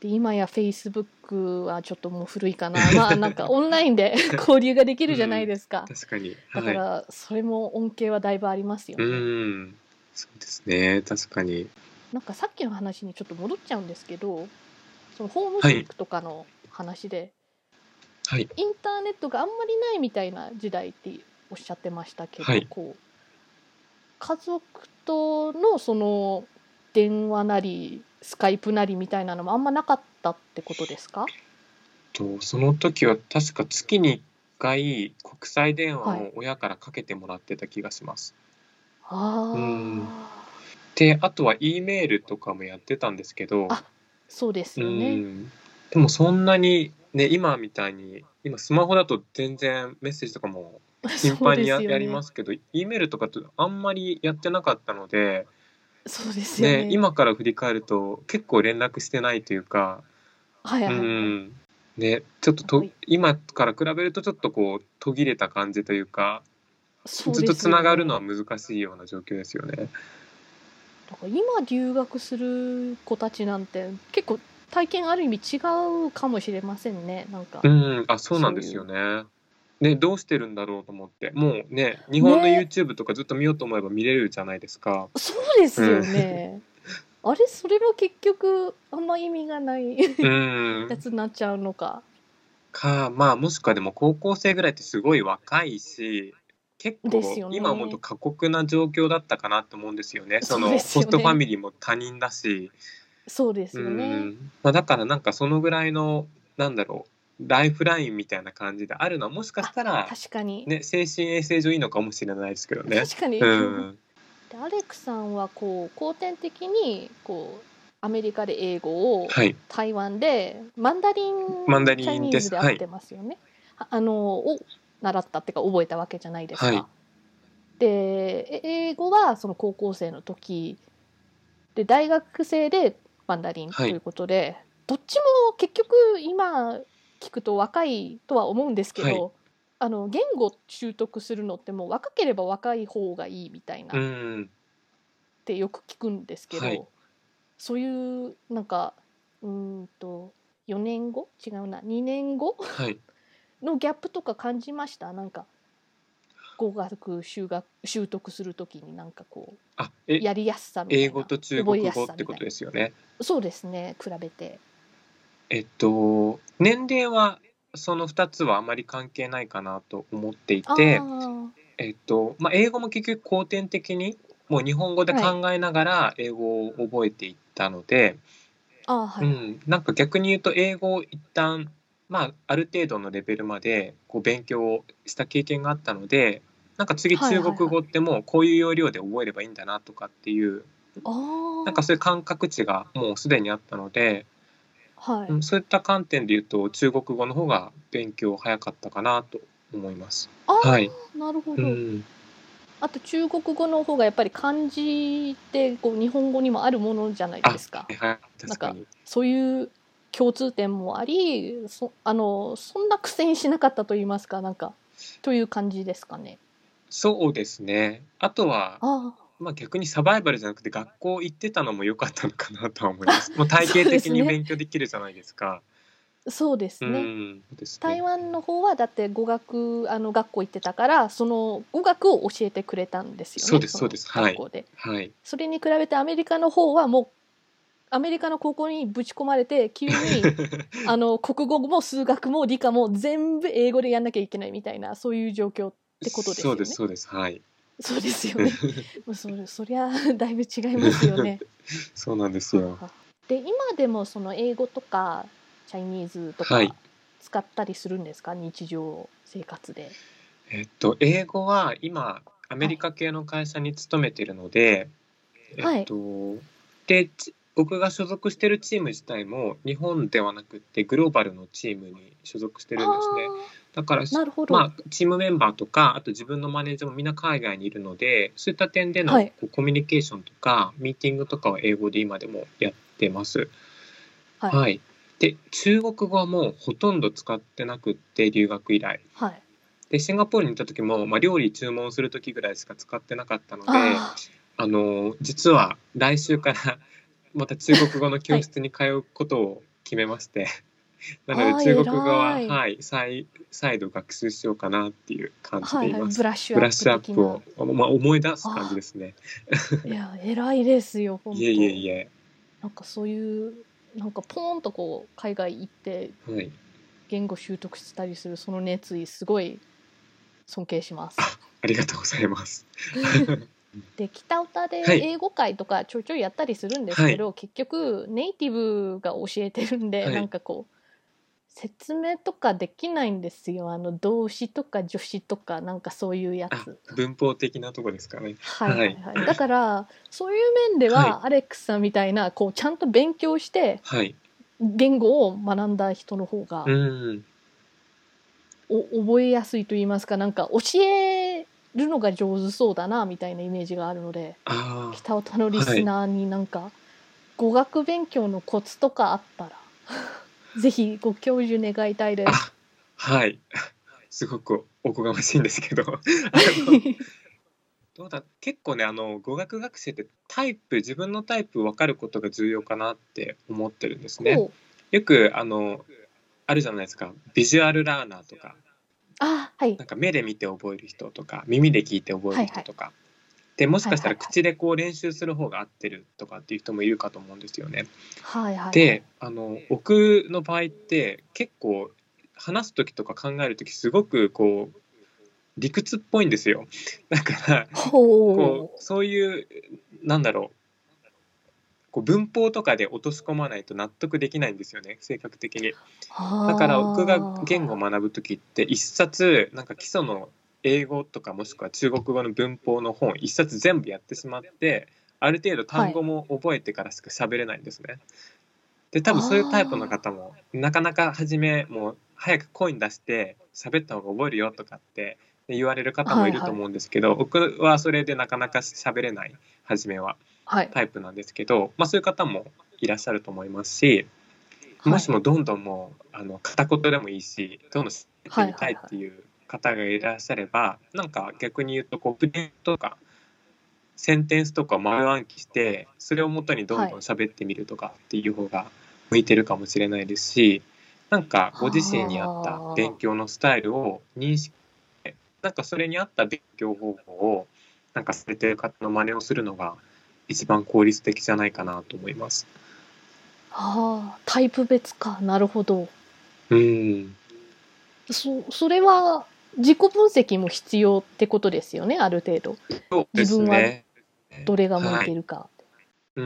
S1: で今や Facebook はちょっともう古いかなまあなんかオンラインで交流ができるじゃないですか、
S2: 確かに、
S1: だからそれも恩恵はだいぶありますよね、
S2: そうですね、確かに。
S1: なんかさっきの話にちょっと戻っちゃうんですけど、そのホームシックとかの話で、
S2: はい、
S1: インターネットがあんまりないみたいな時代っておっしゃってましたけど、
S2: はい、
S1: こう家族とのその電話なりスカイプなりみたいなのもあんまなかったってことですか？
S2: その時は確か月に1回国際電話
S1: はい。
S2: を親からかけてもらってた気がします。
S1: あ
S2: で、あとは E メールとかもやってたんですけど、
S1: あ、そうですよね。
S2: でもそんなにね、今みたいに、今スマホだと全然メッセージとかも頻
S1: そうで
S2: 繁にやりま
S1: すよね。
S2: すけど、E メールとかってあんまりやってなかったので、
S1: そうですよ
S2: ね、
S1: ね。
S2: 今から振り返ると結構連絡してないというか、
S1: はい
S2: う
S1: はいはい。
S2: ん、ね、ちょっと
S1: なんか
S2: 今から比べるとちょっとこう途切れた感じというか、ずっと
S1: そうです
S2: つながるのは
S1: よね。
S2: 難しいような状況ですよね。
S1: だから今留学する子たちなんて結構体験ある意味違うかもしれませんね。なんか
S2: そうなんですよ
S1: そういう。
S2: ね。ね、どうしてるんだろうと思って。もうね、日本の
S1: ね、
S2: YouTube とかずっと見ようと思えば見れるじゃないですか。
S1: そうです
S2: うん。
S1: よね。あれ、それも結局あんま意味がない
S2: う
S1: や
S2: ん。
S1: つになっちゃうのか。
S2: まあ、もしくはでも高校生ぐらいってすごい若いし、結
S1: です
S2: 構今思うと
S1: よね。
S2: 過酷な状況だったかなと思うんですよね。そ
S1: そうで
S2: のホストファ
S1: すよね。
S2: ミリーも他人だし、
S1: そうですよね。
S2: だからなんかそのぐらいの、なんだろライフラインみたいな感じであるのはもしかし
S1: あ、
S2: たら、
S1: 確かに。
S2: ね、精神衛生上いいのかもしれないですけどね。
S1: 確かに。
S2: うん。
S1: で、アレクさんはこう後天的にこうアメリカで英語を、
S2: はい。
S1: 台湾でマンダリン
S2: マンダ
S1: チャイ
S2: リンです。はい。
S1: ニーズで合ってますよね。を習ったっていうか覚えたわけじゃないです
S2: はい。
S1: か。で、英語はその高校生の時で、大学生でマンダリン
S2: はい。
S1: ということで、どっちも結局今聞くと若いとは思うんですけ
S2: はい。
S1: ど、言語習得するのってもう若ければ若い方がいいみたいなっ
S2: ん。
S1: てよく聞くんですけ
S2: はい。
S1: ど、そういうなんか4年後違うな2年後
S2: はい。
S1: のギャップとか感じました？なんか語学習得するときになんかこ
S2: あ、
S1: うやりやすさみたいな、
S2: 英語と中
S1: 覚えや
S2: 国語ってこと
S1: すさみたい
S2: ですよね。
S1: な。そうですね、比べて。
S2: 年齢はその2つはあまり関係ないかなと思ってい
S1: あ
S2: て、
S1: あ、
S2: 英語も結局後天的に、もう日本語で
S1: はい。
S2: 考えながら英語を覚えていったので、
S1: ああ、はいはい。
S2: なんか逆に言うと英語を一旦、ある程度のレベルまでこう勉強をした経験があったので、なんか次中国
S1: はいはいはい。
S2: 語ってもうこういう要領で覚えればいいんだなとかっていう、
S1: あ
S2: なんかそういう
S1: あ、
S2: 感覚値がもうすでにあったので、
S1: はい。
S2: そういった観点で言うと中国語の方が勉強早かったかなと思います。
S1: あ
S2: はい。
S1: あ、なるほど。
S2: うん。
S1: あと中国語の方がやっぱり漢字ってこう日本語にもあるものじゃない
S2: あ、
S1: ですか。
S2: はいはい、
S1: なんか
S2: 確かに。
S1: そういう共通点もあり、そんな苦戦しなかったと言いますか、なんかという感じですかね。
S2: そうですね。あとは、
S1: あ
S2: 逆にサバイバルじゃなくて学校行ってたのも良かったのかなとは思い
S1: あ、
S2: ます。もう体
S1: そうで
S2: 系的に
S1: すね。
S2: 勉強できるじゃないですか。
S1: そうですね。
S2: そうですね。
S1: 台湾の方はだって語学学校行ってたから、その語学を教えてくれたんですよね、
S2: そうです
S1: その
S2: そうです。はい。
S1: 学校で。
S2: はい。
S1: それに比べてアメリカの方はもうアメリカの高校にぶち込まれて急に国語も数学も理科も全部英語でやんなきゃいけないみたいな、そういう状況ってことで
S2: そう
S1: すよね。
S2: ですそうです。はい。
S1: そうですよね。もうそりゃだいぶ違いますよね。
S2: そうなんですよ。
S1: はは。で、今でもその英語とかチャイニーズとか
S2: はい。
S1: 使ったりするんですか？日常生活で。
S2: 英語は今アメ
S1: はい。
S2: リカ系の会社に勤めてるので、
S1: はい。
S2: 僕が所属してるチーム自体も日本ではなくってグローバルのチームに所属して
S1: あ
S2: るんですね。
S1: あ、
S2: だから、
S1: なるほど。
S2: チームメンバーとか、あと自分のマネージャーもみんな海外にいるので、そういった点での
S1: はい。
S2: こうコミュニケーションとか、ミーティングとかは英語で今でもやってます。
S1: はい。
S2: はい。で、中国語はもうほとんど使ってなくって、留学以来。
S1: はい。
S2: で、シンガポールに行った時も、料理注文する時ぐらいしか使ってなかったので、
S1: あ
S2: 実は来週からまた中国語の
S1: あ、はい。
S2: 教室に通うことを決めまして、なので中国語は、
S1: 偉い。
S2: はい、再度学習しようかなっていう感じ
S1: はいはい、
S2: でいます。
S1: ブラッシュ
S2: ブラッシュアッ
S1: アップ的
S2: プを、
S1: な。
S2: 思い出す感じ
S1: あ、
S2: ですね。
S1: いや、偉いですよ、
S2: いえいえ
S1: 本当。
S2: いえ。
S1: なんかそういう、なんかポーンとこう、海外行って、
S2: はい。
S1: 言語習得したりするその熱意、すごい尊敬します。
S2: ありがとうございます。
S1: で、北オタで
S2: はい。
S1: 英語会とかちょいちょいやったりするんです
S2: はい。
S1: けど、結局ネイティブが教えてるんで、
S2: はい。
S1: なんかこう、説明とかできないんですよ。動詞とか助詞とか、なんかそういうや
S2: あ、
S1: つ。
S2: 文法的なとこですかね。
S1: はい
S2: はい。
S1: はいはい。だから、そういう面で
S2: はい。
S1: は、アレックスさんみたいな、こう、ちゃんと勉強して、
S2: はい。
S1: 言語を学んだ人の方が、
S2: ん。
S1: 覚えやすいと言いますか、なんか教えるのが上手そうだな、みたいなイメージがあるので、
S2: あ
S1: 北オタの
S2: あ、はい。
S1: リスナーになんか、語学勉強のコツとかあったら、ぜひご教授願いたいです。
S2: あ、はい。すごくおこがましいんですけど、の、どうだ、結構ね、語学学習って自分のタイプ分かることが重要かなって思ってるんですね。
S1: ほう。
S2: よく、あるじゃないですか。ビジュアルラーナーとか、
S1: あ、はい。
S2: なんか目で見て覚える人とか、耳で聞いて覚え
S1: はいはい。
S2: る人とか。で、もしかしたら
S1: はいはいはい。
S2: 口でこう練習する方が合ってるとかっていう人もいるかと思うんですよね。
S1: はいはいはい。
S2: で、僕の場合って結構話す時とか考える時すごくこう理屈っぽいんですよ。だからこう
S1: ほう。
S2: そういうなんだろう、こう文法とかで落とし込まないと納得できないんですよね、性格的に。だから僕が
S1: ああ、はいはい。
S2: 言語を学ぶ時って一冊なんか基礎の英語とかもしくは中国語の文法の本一冊全部やってしまって、ある程度
S1: はい。
S2: 単語も覚えてからしか喋れないんですね。で、多分そういうタイプの
S1: あ
S2: 方も、なかなか初め、もう早く声に出して喋った方が覚えるよとかって言われる
S1: あ、
S2: 方もいると
S1: はいはい。
S2: 思うんですけど、僕はそれでなかなか喋れない、初めは
S1: はい。
S2: タイプなんですけど、そういう方もいらっしゃると思いますし、も
S1: はい。
S2: しもどんどんもう、片言でもいいし、どんどん喋ってみたいっ
S1: はいはいはい。
S2: ていう方がいらっしゃれば、なんか逆に言うと、こう、プレートとか、センテンスとかを丸暗記して、それをもとにどんどん
S1: はい。
S2: 喋ってみるとかっていう方が向いてるかもしれないですし、なんかご自身に合った勉
S1: は
S2: 強のスタイルを認識して、なんかそれに合った勉強方法をなんかされてる方の真似をするのが一番効率的じゃないかなと思います。
S1: あ、はあ、タイプ別か。なるほど。
S2: うん、
S1: それは自己分析も必要ってことですよね、ある程度。
S2: そうで
S1: 自分は
S2: すね。
S1: どれが向い
S2: はい。
S1: てるか。
S2: うん。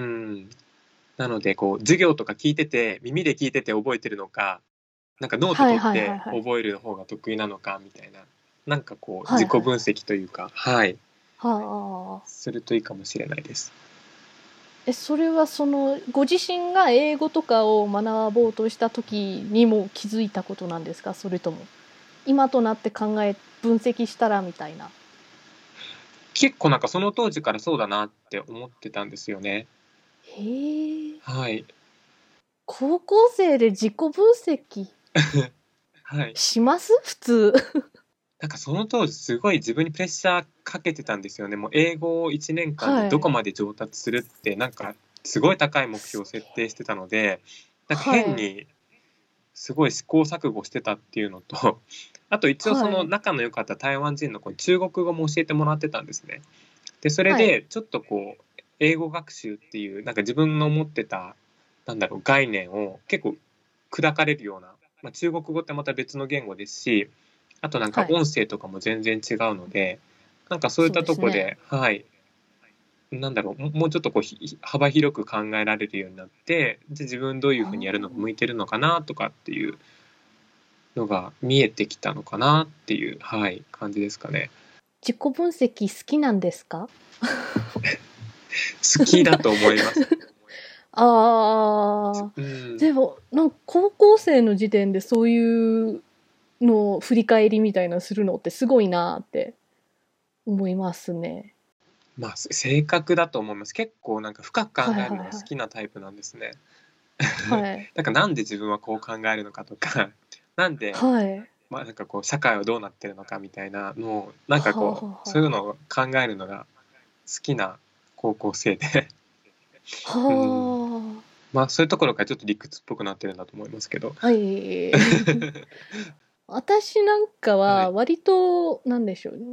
S2: なのでこう授業とか聞いてて、耳で聞いてて覚えてるのか、なんかノート
S1: はい
S2: 取って
S1: はいはいはい。
S2: 覚える方が得意なのかみたいな、なんかこう自己分
S1: はいはいはい。
S2: 析というか、はい、
S1: はあ。
S2: するといいかもしれないです。
S1: それはご自身が英語とかを学ぼうとした時にも気づいたことなんですか？それとも、今となって分析したらみたいな。
S2: 結構なんかその当時からそうだなって思ってたんですよね。
S1: へえ。
S2: はい。
S1: 高校生で自己分析
S2: はい。
S1: します？普通。
S2: なんかその当時すごい自分にプレッシャーかけてたんですよね。もう英語を1年間で
S1: はい。
S2: どこまで上達するってなんかすごい高い目標を設定してたので、なんか
S1: はい。
S2: 変にすごい試行錯誤してたっていうのと、あと一応そ
S1: はい。
S2: の仲の良かった台湾人の子に中国語も教えてもらってたんですね。で、それ
S1: はい。
S2: でちょっとこう、英語学習っていう、なんか自分の持ってた、なんだろう、概念を結構砕かれるような、中国語ってまた別の言語ですし、あとなんか
S1: はい。
S2: 音声とかも全然違うので、なんかそういっ
S1: そう
S2: た
S1: ですね。
S2: とこで、はい、なんだろう、もうちょっとこう幅広く考えられるようになって、で自分どういうふうにやるのが向いてるのかなとかっていうのが見えてきたのかなっていう、はい、感じですかね。
S1: 自己分析好きなんですか？
S2: 好きだと思います。
S1: ああ、
S2: うん。
S1: でも、高校生の時点でそういうのを振り返りみたいなするのってすごいなって思いますね。
S2: 性格だと思います。結構なんか深く
S1: はい
S2: 考えるのが好
S1: はいはい。
S2: きなタイプなんですね。
S1: はい。
S2: なんかなんで自分はこう考えるのかとか、なんで、
S1: はい。
S2: なんかこう社会はどうなってるのかみたいなのを、なんか
S1: はあは
S2: こう、
S1: あは
S2: そういうのを考えるのが好きな高校生で、
S1: あ。
S2: うん、
S1: はあ。
S2: まあそういうところからちょっと理屈っぽくなってるんだと思いますけど。
S1: はい。私なんかは割と、なんでしょう、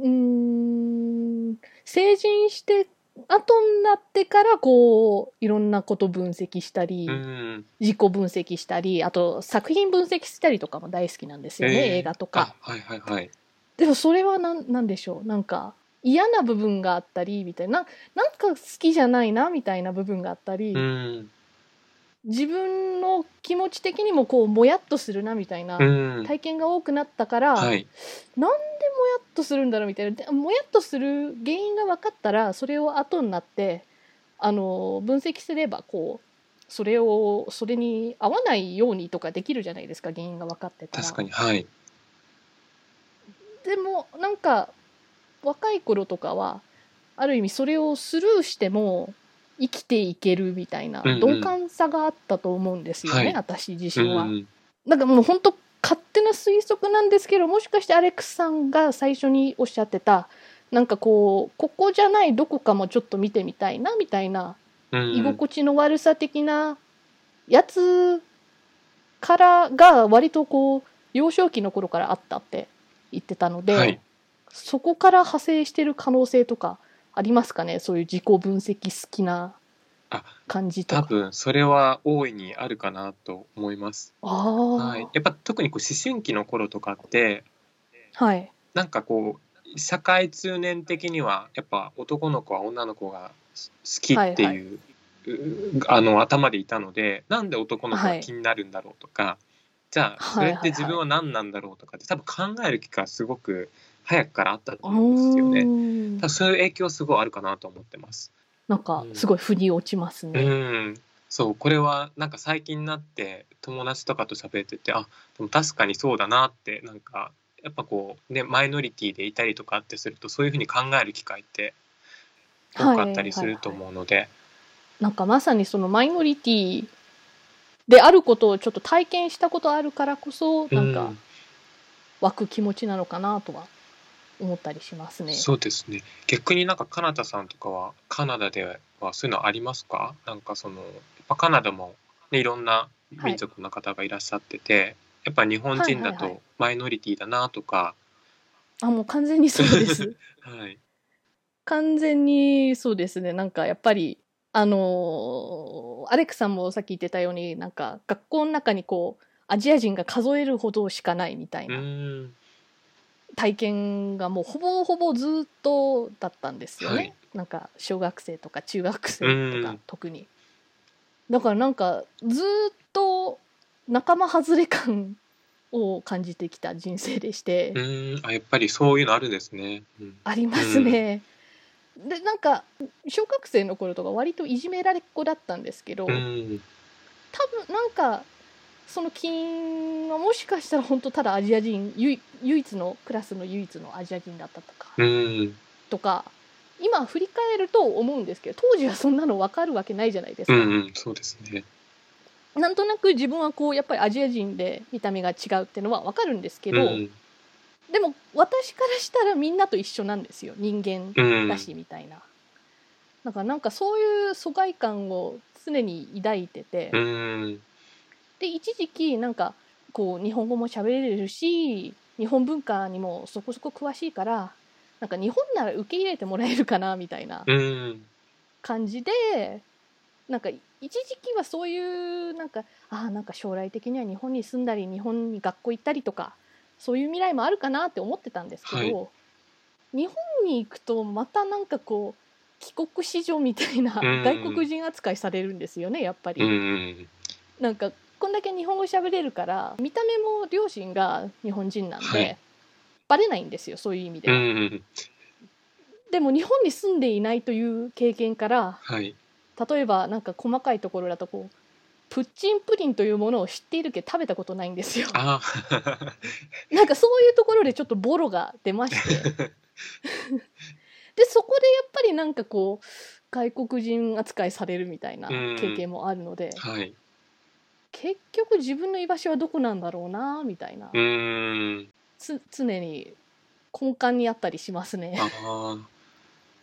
S1: 成人して後になってからこういろんなこと分析したり、自己分析したり、あと作品分析したりとかも大好きなんですよね、映画とか。
S2: はいはいはい。
S1: でもそれはなんでしょう、なんか嫌な部分があったりみたいな、なんか好きじゃないなみたいな部分があったり、自分の気持ち的にもこうもやっとするなみたいな体験が多くなったから、なんでもやっとするんだろうみたいな、もやっとする原因が分かったらそれを後になって分析すればこうそれに合わないようにとかできるじゃないですか、原因が分かってたら。
S2: 確かに、はい。
S1: でもなんか若い頃とかはある意味それをスルーしても生きていけるみたいな鈍感さがあったと思うんですよね、私自身は。なんかもう本当勝手な推測なんですけど、もしかしてアレックスさんが最初におっしゃってたなんかここじゃないどこかもちょっと見てみたいなみたいな、居心地の悪さ的なやつからが割とこう幼少期の頃からあったって言ってたので、そこから派生してる可能性とかありますかね、そういう自己分析好きな感じとか。
S2: 多分それは大いにあるかなと思います。はい、やっぱ特にこう思春期の頃とかって、
S1: はい、
S2: なんかこう社会通念的にはやっぱ男の子は女の子が好きっていう、頭でいたので、なんで男の子が気になるんだろうとか、じゃあそれって自分は何なんだろうとかって多分考える機会すごく早くからあったと思うんですよね。多分そういう影響すごいあるかなと思ってます。
S1: なんかすごい腑に落ちますね。
S2: そうこれはなんか最近になって友達とかと喋ってて、でも確かにそうだなって、なんかやっぱこうねマイノリティでいたりとかってするとそういうふうに考える機会って多かったりすると思うので、
S1: なんかまさにそのマイノリティであることをちょっと体験したことあるからこそなんか湧く気持ちなのかなとは思ったりしますね。
S2: そうですね。逆になんかカナダさんとかはカナダではそういうのありますか？なんかそのやっぱカナダも、ね、いろんな民族の方がいらっしゃってて、やっぱ日本人だとマイノリティだなとか。
S1: もう完全にそうです。
S2: はい。
S1: 完全にそうですね。なんかやっぱりアレックさんもさっき言ってたように、なんか学校の中にこうアジア人が数えるほどしかないみたいな体験がもうほぼほぼずっとだったんですよね。なんか小学生とか中学生とか特に。だからなんかずっと仲間外れ感を感じてきた人生でして。
S2: やっぱりそういうのあるんですね。
S1: ありますね。でなんか小学生の頃とか割といじめられっ子だったんですけど、多分なんかその起因はもしかしたら本当ただアジア人唯一のクラスの唯一のアジア人だったとか今振り返ると思うんですけど、当時はそんなの分かるわけないじゃないですか。
S2: そうですね。
S1: なんとなく自分はこうやっぱりアジア人で見た目が違うっていうのは分かるんですけど、でも私からしたらみんなと一緒なんですよ、人間だしみたいな。なんかそういう疎外感を常に抱いてて、で一時期なんかこう日本語も喋れるし日本文化にもそこそこ詳しいから、なんか日本なら受け入れてもらえるかなみたいな感じで、なんか一時期はそういうなんか将来的には日本に住んだり日本に学校行ったりとかそういう未来もあるかなって思ってたんですけど、日本に行くとまたなんかこう帰国子女みたいな外国人扱いされるんですよね、やっぱり。なんかこんだけ日本語喋れるから見た目も両親が日本人なんで、バレないんですよ、そういう意味では。でも日本に住んでいないという経験から、例えばなんか細かいところだとこうプッチンプリンというものを知っているけど食べたことないんですよ。なんかそういうところでちょっとボロが出ましてでそこでやっぱりなんかこう外国人扱いされるみたいな経験もあるので、結局自分の居場所はどこなんだろうなみたいな、常に根幹にあったりしますね。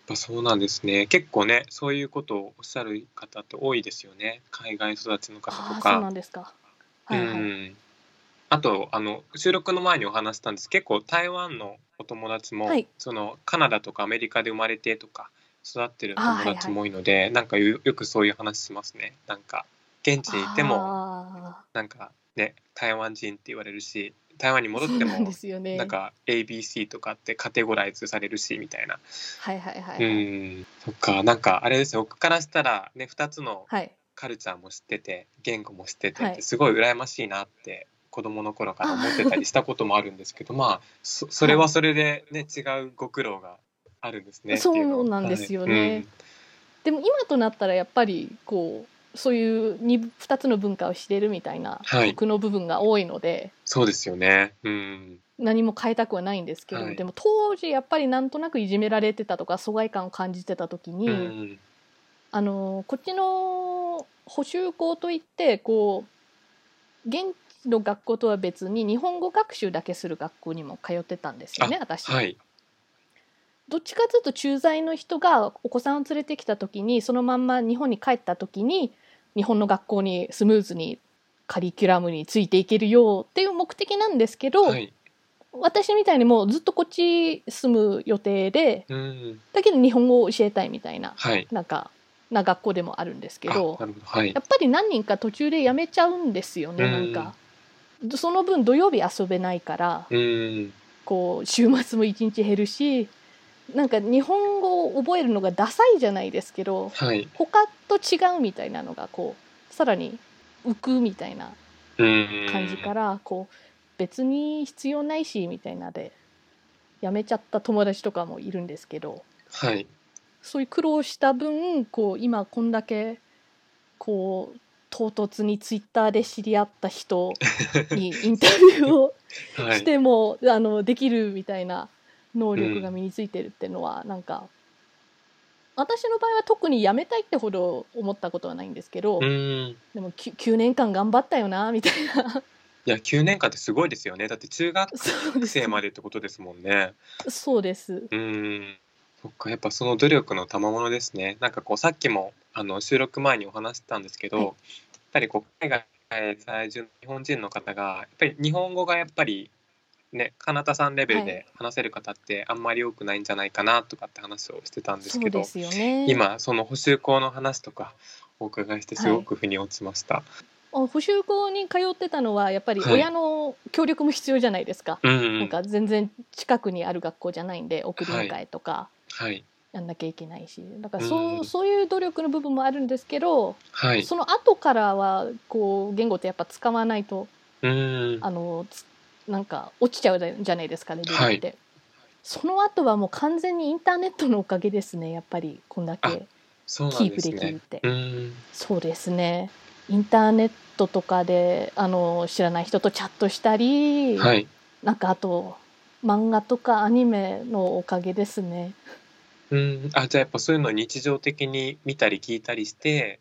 S2: ぱそうなんですね。結構ね、そういうことをおっしゃる方って多いですよね。海外育ちの方と
S1: ああ、そう
S2: か。
S1: なんですか。
S2: う
S1: はいはい。
S2: ん。あと、収録の前にお話したんです。結構台湾のお友達も、
S1: はい。
S2: そのカナダとかアメリカで生まれてとか育ってる
S1: ああ、
S2: 友達
S1: はいはい。
S2: も多いので、なんかよくそういう話しますね。なんか現地にいても
S1: ああ、
S2: なんかね、台湾人って言われるし、台湾に戻っても
S1: そうなんですよね。
S2: なんか ABC とかってカテゴライズされるしみたいな。
S1: はいはいはい
S2: う
S1: はい。
S2: そっか、なんかあれですよ、僕からしたらね、2つの
S1: はい。
S2: カルチャーも知ってて、言語も知っててって
S1: はい。
S2: すごい羨ましいなって子供の頃から思ってたりし
S1: あ
S2: たこともあるんですけど、まあ、そ
S1: あ、はい。
S2: れはそれでね、違うご苦労があるんですねっていうのを、
S1: そうなんで
S2: はい。
S1: すよね。でも今となったらやっぱりこうそういう2つの文化を知れるみたいな
S2: はい。
S1: 得の部分が多いので
S2: そうですよね。
S1: 何も変えたくはないんですけど、
S2: はい。
S1: でも当時やっぱりなんとなくいじめられてたとか疎外感を感じてた時にこっちの補習校といってこう現地の学校とは別に日本語学習だけする学校にも通ってたんですよ
S2: あ、
S1: ね私。
S2: はい。
S1: どっちかというと駐在の人がお子さんを連れてきた時にそのまんま日本に帰った時に日本の学校にスムーズにカリキュラムについていけるよっていう目的なんですけど、
S2: はい。
S1: 私みたいにもうずっとこっち住む予定でだけど日本語を教えたいみたいな
S2: はい。
S1: なんかな学校でもあるんですけ
S2: あ、
S1: ど、
S2: なるほど。はい。
S1: やっぱり何人か途中で辞めちゃうんですよ
S2: う
S1: ね。なん
S2: ーん。
S1: かその分土曜日遊べないから
S2: うーん。
S1: こう週末も一日減るし、なんか日本語を覚えるのがダサいじゃないですけど
S2: はい。
S1: 他と違うみたいなのがこうさらに浮くみたいな
S2: う
S1: 感じ
S2: ーん。
S1: からこう別に必要ないしみたいなでやめちゃった友達とかもいるんですけど、
S2: はい。
S1: そういう苦労した分こう今こんだけこう唐突にツイッターで知り合った人にインタビューを
S2: はい。
S1: してもできるみたいな能力が
S2: うん。
S1: 身についてるっていうのはなんか私の場合は特に辞めたいってほど思ったことはないんですけ
S2: う
S1: ど、
S2: ーん。
S1: でも 9年間頑張ったよなみたいな。
S2: いや、9年間ってすごいですよね。だって中学
S1: そうです
S2: 生までってことですもんね。
S1: そうです。
S2: うーん。そっか、やっぱその努力の賜物ですね。なんかこうさっきも収録前にお話ししたんですけど、
S1: はい
S2: やっぱりこう海外在住の日本人の方が、やっぱり日本語がやっぱりね、カナダさんレベル
S1: はい、
S2: で話せる方ってあんまり多くないんじゃないかなとかって話をしてたんですけど、
S1: そうですよね。
S2: 今その補習校の話とかお伺いしてす
S1: はい。
S2: ごく腑に落ちました。
S1: 補習校に通ってたのはやっぱり
S2: はい。
S1: 親の協力も必要じゃないですか。
S2: うんうん。
S1: なんか全然近くにある学校じゃないんで送り迎
S2: はい。
S1: えとか
S2: はい。
S1: やんなきゃいけないし、だから
S2: うん。
S1: そういう努力の部分もあるんですけど、
S2: はい。
S1: その後からはこう言語ってやっぱ使わないと
S2: うん。
S1: あのなんか落ちちゃうじゃないですかレベルっ
S2: はい。
S1: て。その後はもう完全にインターネットのおかげですね。やっぱりこんだ
S2: あ、
S1: け
S2: そうなん
S1: キープ
S2: ですね。
S1: できるって。
S2: うん。
S1: そうですね。インターネットとかで知らない人とチャットしたり、
S2: はい。
S1: なんかあと漫画とかアニメのおかげですね。
S2: うん。あ、じゃあやっぱそういうのを日常的に見たり聞いたりして、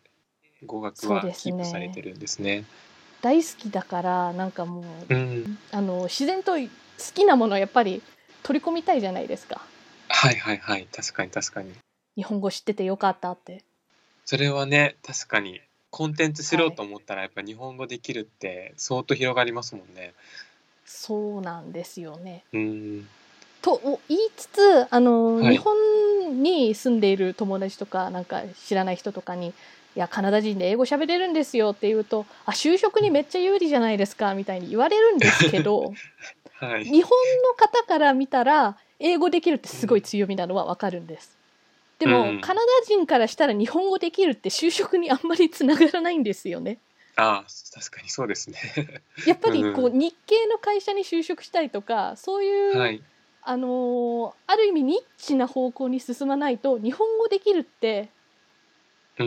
S2: 語学
S1: そうです
S2: はキープされて
S1: ね。
S2: るんですね。
S1: 大好きだからなんかもう
S2: うん。
S1: 自然と好きなものをやっぱり取り込みたいじゃないですか。
S2: はいはいはい。確かに確かに。
S1: 日本語知っててよかったって。
S2: それはね、確かにコンテンツ知ろう
S1: はい。
S2: と思ったらやっぱ日本語できるって相当広がりますもんね。
S1: そうなんですよね。
S2: うん。
S1: と言いつつ日
S2: はい。
S1: 本に住んでいる友達とかなんか知らない人とかに「いやカナダ人で英語喋れるんですよ」って言うと「あ就職にめっちゃ有利じゃないですか」みたいに言われるんですけど、
S2: はい。
S1: 日本の方から見たら英語できるってすごい
S2: うん。
S1: 強みなのはわかるんです。で
S2: うん。
S1: もカナダ人からしたら日本語できるって就職にあんまりつながらないんですよね。
S2: ああ、確かにそうですね。
S1: やっぱりこう
S2: うん。
S1: 日系の会社に就職したりとかそういう
S2: はい。
S1: ある意味ニッチな方向に進まないと日本語できるって
S2: うん。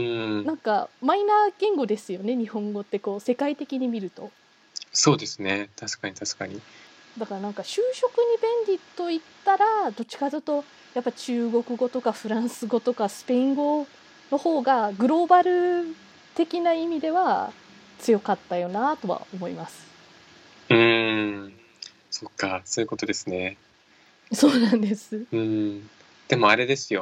S1: なんかマイナー言語ですよね。日本語ってこう世界的に見ると。
S2: そうですね。確かに確かに。
S1: だからなんか就職に便利と言ったらどっちかというとやっぱ中国語とかフランス語とかスペイン語の方がグローバル的な意味では強かったよなとは思います。
S2: うーん。そっか、そういうことですね。
S1: そうなんです。
S2: うん。でもあれですよ。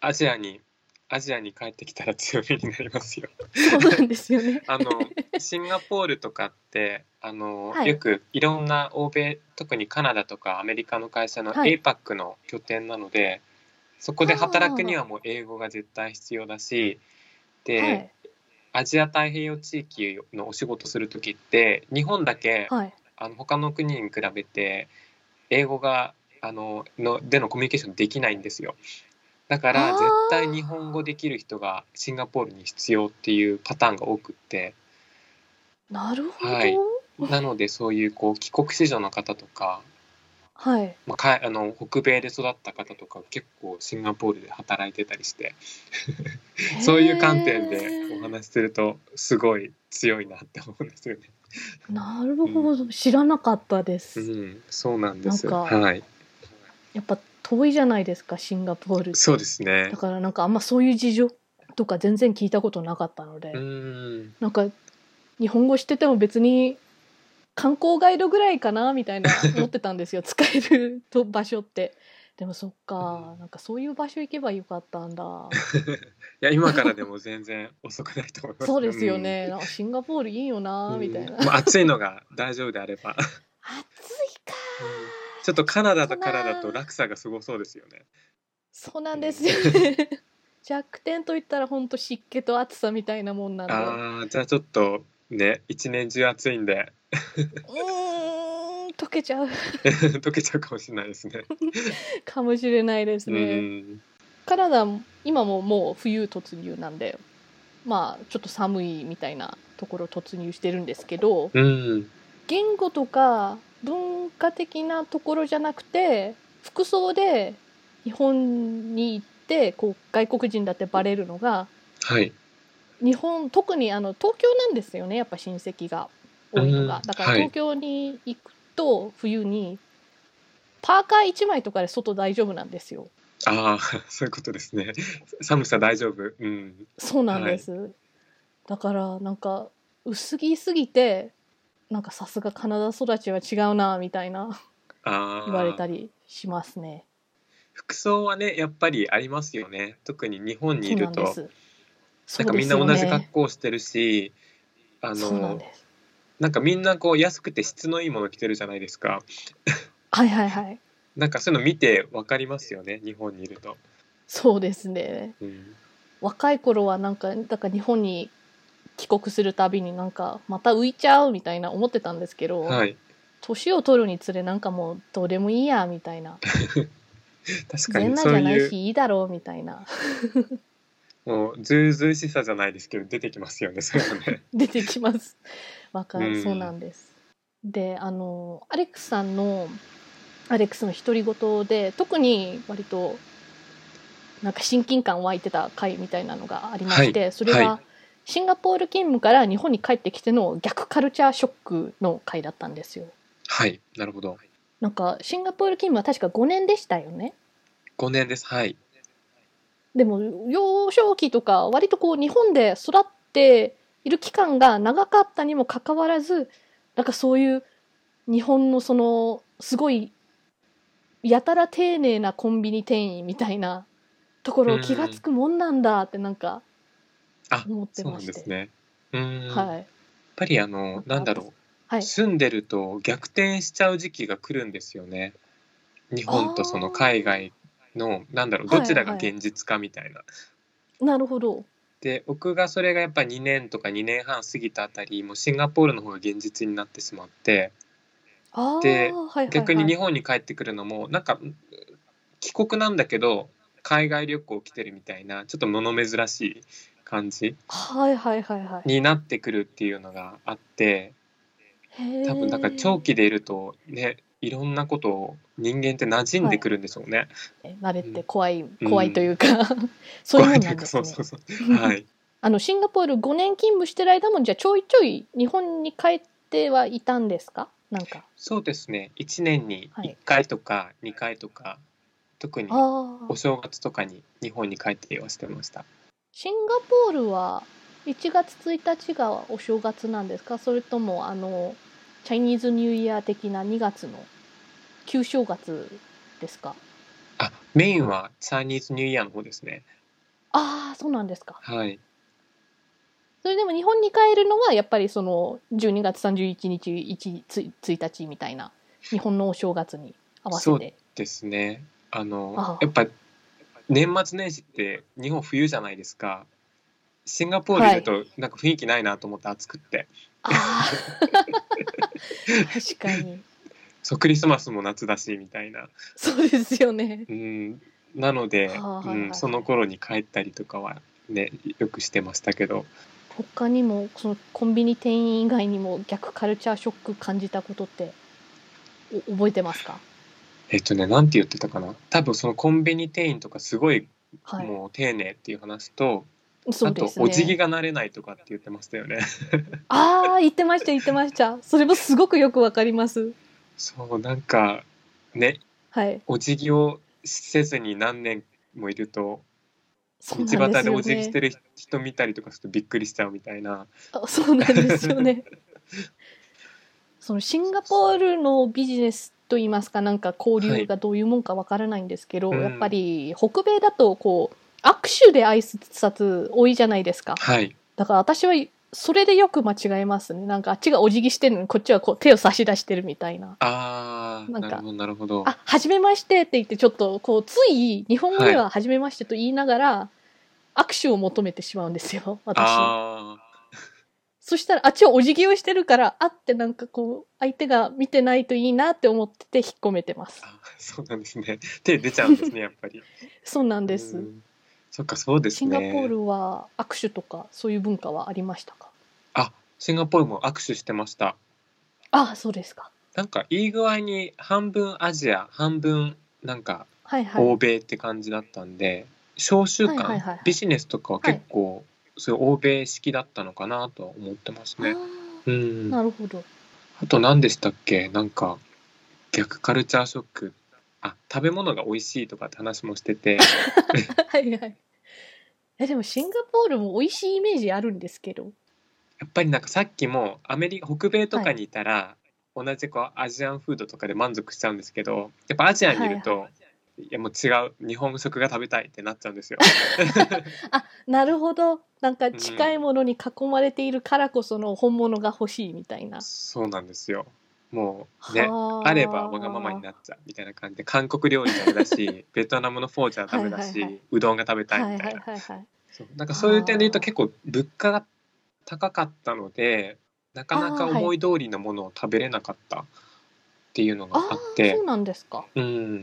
S2: アジアに帰ってきたら強みになりますよ。
S1: そうなんですよね。
S2: シンガポールとかって
S1: はい
S2: よくいろんな欧米、特にカナダとかアメリカの会社の
S1: はい
S2: APAC の拠点なので、そこで働くにはもう英語が絶対必要だし、で、
S1: はい
S2: アジア太平洋地域のお仕事する時って日本だけ
S1: はい
S2: 他の国に比べて英語がでのコミュニケーションできないんですよ。だから絶対日本語できる人がシンガポールに必要っていうパターンが多くって、
S1: なるほ
S2: はい、
S1: ど。
S2: なのでそういう帰国子女の方とか、
S1: はい
S2: 北米で育った方とか結構シンガポールで働いてたりしてそういう観点でお話しするとすごい強いなって思うんですよね。
S1: なるほど、知らなかったです。
S2: そうなんです。
S1: なんか
S2: はい。
S1: やっぱ遠いじゃないですか、シンガポールって。
S2: そうですね。
S1: だからなんかあんまそういう事情とか全然聞いたことなかったので、なんか日本語知ってても別に観光ガイドぐらいかなみたいな思ってたんですよ使える場所って。でもそっか、なんかそういう場所行けばよかったんだ。
S2: いや今からでも全然遅くないと思います。
S1: そうですよね、なんかシンガポールいいよなみたいな。
S2: もう暑いのが大丈夫であれば
S1: 暑いか、
S2: ちょっとカナダと落差がすごそうですよね。
S1: そうなんですよね。弱点といったらほんと湿気と暑さみたいなもんなんで。
S2: じゃあちょっとね一年中暑いんで
S1: 溶けちゃう
S2: 溶けちゃうかもしれないですね。
S1: かもしれないですね。カナダ今ももう冬突入なんで、まあちょっと寒いみたいなところ突入してるんですけど、言語とか文化的なところじゃなくて服装で日本に行って外国人だってバレるのが、
S2: はい、
S1: 日本特に東京なんですよね、やっぱ親戚が多いのが。だから東京に行くと冬にパーカー1枚とかで外大丈夫なんですよ。
S2: そういうことですね。寒さ大丈夫。
S1: そうなんです、はい、だからなんか薄着すぎてなんかさすがカナダ育ちは違うなみたいな言われたりしますね。
S2: 服装はねやっぱりありますよね。特に日本にいるとなんかみんな同じ格好してるし、
S1: そうなんです。
S2: なんかみんな安くて質のいいもの着てるじゃないですか。
S1: はいはいはい。
S2: なんかそういうの見て分かりますよね、日本にいると。
S1: そうですね、若い頃はなんかだから日本に帰国するたびになんかまた浮いちゃうみたいな思ってたんですけど、年を取るにつれなんかもうどうでもいいやみたいな
S2: 確かに
S1: 全裸じゃないしいいだろうみたいな
S2: もうずうずうしさじゃないですけど出てきますよね、それはね。
S1: 出てきます。そうなんです。でアレックスさんのアレックスの独り言で特に割となんか親近感湧いてた回みたいなのがありまして、それはシンガポール勤務から日本に帰ってきての逆カルチャーショックの回だったんですよ。
S2: はい、なるほど。
S1: なんかシンガポール勤務は確か5年でしたよね。
S2: 5年です。はい。
S1: でも幼少期とか割と日本で育っている期間が長かったにもかかわらず、なんかそういう日本のそのすごいやたら丁寧なコンビニ店員みたいなところを気がつくもんなんだってなんか思ってまして。
S2: そうなんですね。
S1: はい。
S2: やっぱりなんだろう、住んでると逆転しちゃう時期が来るんですよね。日本とその海外のなんだろう、どちらが現実かみたいな。
S1: なるほど。
S2: で僕がそれがやっぱ2年とか2年半過ぎたあたりもうシンガポールの方が現実になってしまって、で逆に日本に帰ってくるのもなんか帰国なんだけど海外旅行来てるみたいなちょっと物珍しい感じになってくるっていうのがあって、多分だから長期でいるとねいろんなことを人間って馴染んでくるんでしょうね。
S1: 慣れて怖いというかそういうもんなんですね。
S2: はい。
S1: シンガポール5年勤務してる間もじゃあちょいちょい日本に帰ってはいたんですか？なんか
S2: そうですね、1年に1回とか2回とか、特にお正月とかに日本に帰ってはしてました。
S1: シンガポールは1月1日がお正月なんですか？それともチャイニーズニューイヤー的な2月の旧正月ですか？
S2: メインはチャイニーズニューイヤーの方ですね。
S1: ああ、そうなんですか。
S2: はい。
S1: それでも日本に帰るのはやっぱりその12月31日1日みたいな日本のお正月に合わせ
S2: そう
S1: て。
S2: ですね。やっ
S1: あ
S2: ぱ年末年始って日本冬じゃないですか。シンガポ
S1: あ、
S2: ールい
S1: はい。
S2: るとなんか雰囲気ないなと思って暑くって。
S1: ああ、確かに。
S2: そう、クリスマスも夏だしみたいな。
S1: そうですよね。
S2: うん、なので、
S1: はあ、はいはい
S2: その
S1: はい。
S2: 頃に帰ったりとかはね、よくしてましたけど。
S1: 他にもそのコンビニ店員以外にも逆カルチャーショック感じたことって覚えてますか？
S2: なんて言ってたかな。多分そのコンビニ店員とかすごい
S1: はい。
S2: もう丁寧っていう話と、
S1: そうで
S2: あとお辞儀
S1: すね。
S2: が慣れないとかって言ってましたよね。
S1: ああ、言ってました言ってました。それもすごくよくわかります。
S2: そう、なんかね、
S1: はい。
S2: お辞儀をせずに何年もいると、道
S1: そうなんで
S2: 端でお辞儀し
S1: すよね。
S2: てる人見たりとかするとびっくりしちゃうみたいな。
S1: あ、そうなんですよね。そのシンガポールのビジネスといいますか、なんか交
S2: はい。
S1: 流がどういうもんかわからないんですけど、やっぱ
S2: うん。
S1: り北米だとこう握手で挨拶多いじゃないですか。
S2: はい。
S1: だから私はそれでよく間違えますね。なんかあっちがお辞儀してるのにこっちはこう手を差し出してるみたいな。
S2: ああ、
S1: なんか、
S2: なるほどなるほど。
S1: あ、はじめましてって言ってちょっとこうつい日本語
S2: はい。
S1: でははじめましてと言いながら握手を求めてしまうんですよ、私。
S2: ああ。
S1: そしたらあっちはお辞儀をしてるから、あってなんかこう相手が見てないといいなって思ってて引っ込めてます。
S2: あ、そうなんですね。手出ちゃうんですね、やっぱり。
S1: そうなん
S2: う
S1: です。
S2: ん。そっか、そうです
S1: シンガポー
S2: ね。
S1: ルは握手とかそういう文化はありましたか？
S2: あ、シンガポールも握手してました。
S1: ああ、そうですか。
S2: なんかいい具合に半分アジア、半分なんか
S1: はいはい。
S2: 欧米って感じだったんで、商習
S1: はいはい
S2: 慣、
S1: はいはい。
S2: ビジネスとかは
S1: はい。
S2: 結構そういう欧米式だったのかなとは思ってます
S1: あ
S2: ね。う
S1: あ、
S2: ん。
S1: なるほど。
S2: あと何でしたっけ？なんか逆カルチャーショック。あ、食べ物が美味しいとかって話もしてて、
S1: はいはい。でもシンガポールも美味しいイメージあるんですけど。
S2: やっぱりなんかさっきも北米と
S1: はい。
S2: かにいたら、同じこうアジアンフードとかで満足しちゃうんですけど、やっぱアジアにい
S1: はいはい。
S2: ると、いやもう違う、日本食が食べたいってなっちゃうんですよ。
S1: あ、なるほど。なんか
S2: うん、
S1: 近いものに囲まれているからこその本物が欲しいみたいな。
S2: そうなんですよ。もうね、あればわがままになっ
S1: はあ。
S2: ちゃうみたいな感じで、韓国料理ダメだし、ベトナムのフォーじゃダ
S1: は
S2: メ
S1: いはいはい。
S2: だし、うどんが食べたいみ
S1: はいはい
S2: たいな。
S1: はいはい。
S2: そう、なんかそういう点で言うと
S1: は
S2: 結構物価が高かったので、なか
S1: あ。
S2: なか
S1: ああ、はい。
S2: 思い通りのものを食べれなかったっていうの
S1: ああ、
S2: があって、
S1: そうなんですか。
S2: うん。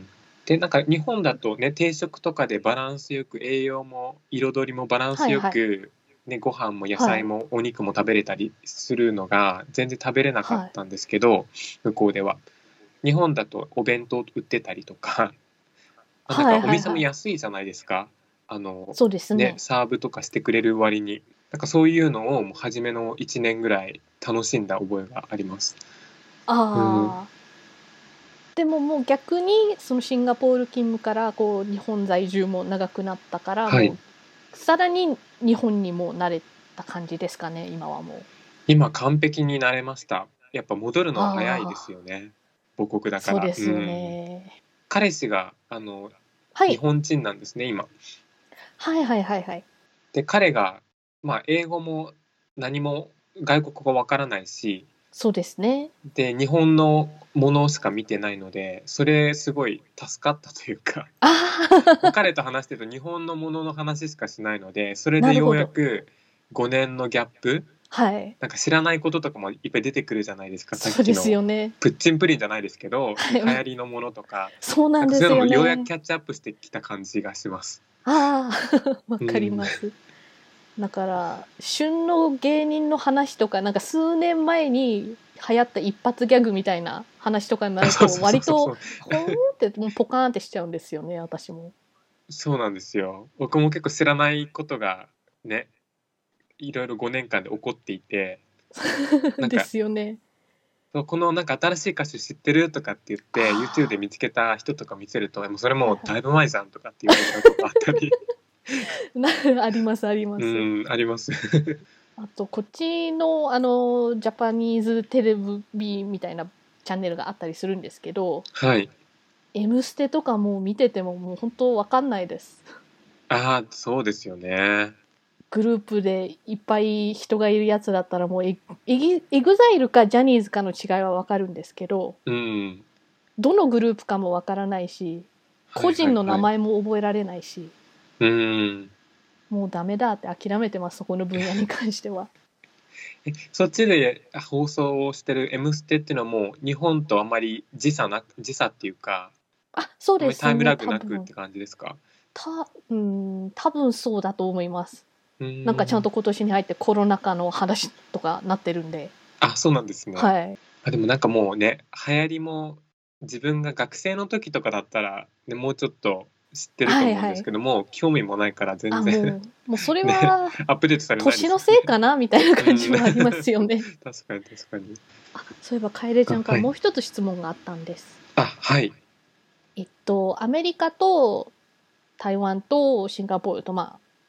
S2: で、なんか日本だとね、定食とかでバランスよく栄養も彩りもバランス
S1: はいはい。
S2: よく、ね、ご飯も野
S1: はい。
S2: 菜もお肉も食べれたりするのが全然食べれなかっ
S1: はい。
S2: たんですけど、向こうでは。日本だとお弁当売ってたりとか、なん
S1: はい
S2: かお店も
S1: はいはい。
S2: 安いじゃないですか。
S1: そうです
S2: ね、
S1: ね。
S2: サーブとかしてくれる割に。なんかそういうのをもう初めの1年ぐらい楽しんだ覚えがあります。うん。
S1: ああ。でももう逆にそのシンガポール勤務からこう日本在住も長くなったから
S2: はい。
S1: もうさらに日本にも慣れた感じですかね、今はもう。
S2: 今完璧になれました。やっぱ戻るのは早いです
S1: ああ、
S2: よね。母国だから。う
S1: そうですよ
S2: ん。
S1: ね。
S2: 彼氏が、日
S1: はい。
S2: 本人なんですね、今。
S1: はいはいはいはい。
S2: で、彼が、まあ、英語も何も外国語わからないし、
S1: そうですね。
S2: で、日本のものしか見てないので、それすごい助かったというか、
S1: あ
S2: もう
S1: あ、
S2: 彼と話してると日本のものの話しかしないので、それでよう
S1: なるほど。
S2: やく5年のギャップ、
S1: はい。
S2: なんか知らないこととかもいっぱい出てくるじゃないですか。さっ
S1: そうです
S2: きの
S1: よね。
S2: プッチンプリンじゃないですけど、そう
S1: はい。
S2: いう流行りのものとか、
S1: そうな
S2: なんかそういうの
S1: んですよ
S2: もようやく
S1: ね。
S2: キャッチアップしてきた感じがします。
S1: ああ、わかり
S2: うん。
S1: ます。だから、旬の芸人の話とか、なんか数年前に流行った一発ギャグみたいな話とかにな
S2: あ、
S1: ると、
S2: そうそうそう
S1: 割と、
S2: そうそう。
S1: ほーんってもうポカーンってしちゃうんですよね、私も。
S2: そうなんですよ。僕も結構知らないことがね、いろいろ5年間で起こっていて、
S1: で
S2: なんか、
S1: すよね。
S2: そうこのなんか新しい歌手知ってるとかって言って、YouTube で
S1: あ
S2: 見つけた人とか見せると、もうそれ
S1: あ、は
S2: もう
S1: いはい。
S2: だいぶ前じゃんとかって言われちゃうことあったり、
S1: ありますありま
S2: う
S1: す。
S2: ん、あります。
S1: あと、こっちの、ジャパニーズテレビみたいなチャンネルがあったりするんですけど、
S2: はい。
S1: M ステとかもう見ててももう本当わかんないです。
S2: ああ、そうですよね。
S1: グループでいっぱい人がいるやつだったらもうエグザイルかジャニーズかの違いはわかるんですけど、
S2: うん。
S1: どのグループかもわからないし、
S2: はい
S1: 個人の名
S2: はいはい。
S1: 前も覚えられないし、
S2: うん。
S1: もうダメだって諦めてます、そこの分野に関しては。
S2: そっちで放送をしてる「M ステ」っていうのはもう日本とあまり時差っていうか、
S1: あ、そう
S2: あまりタイム
S1: ですね、
S2: ラグなくって感じですか？
S1: 多分そうだと思います。
S2: う
S1: なんかちゃん
S2: ん。
S1: と今年に入ってコロナ禍の話とかなってるんで。
S2: あ、そうなんですね。
S1: はい。
S2: でもなんかもうね、流行りも自分が学生の時とかだったら、ね、もうちょっと知ってると思うん
S1: はいはい。
S2: ですけども、興味もないから全
S1: あ、
S2: 然
S1: もうそれ
S2: ね、
S1: は
S2: アップデートされないで
S1: 年の
S2: すよね。
S1: せいかなみたいな感じ
S2: うん。
S1: はありますよね。
S2: 確かに確かに。
S1: あ、そういえば楓ちゃんから
S2: はい。
S1: もう一つ質問があったんです。
S2: あ、はい。
S1: アメリカと台湾とシンガポールと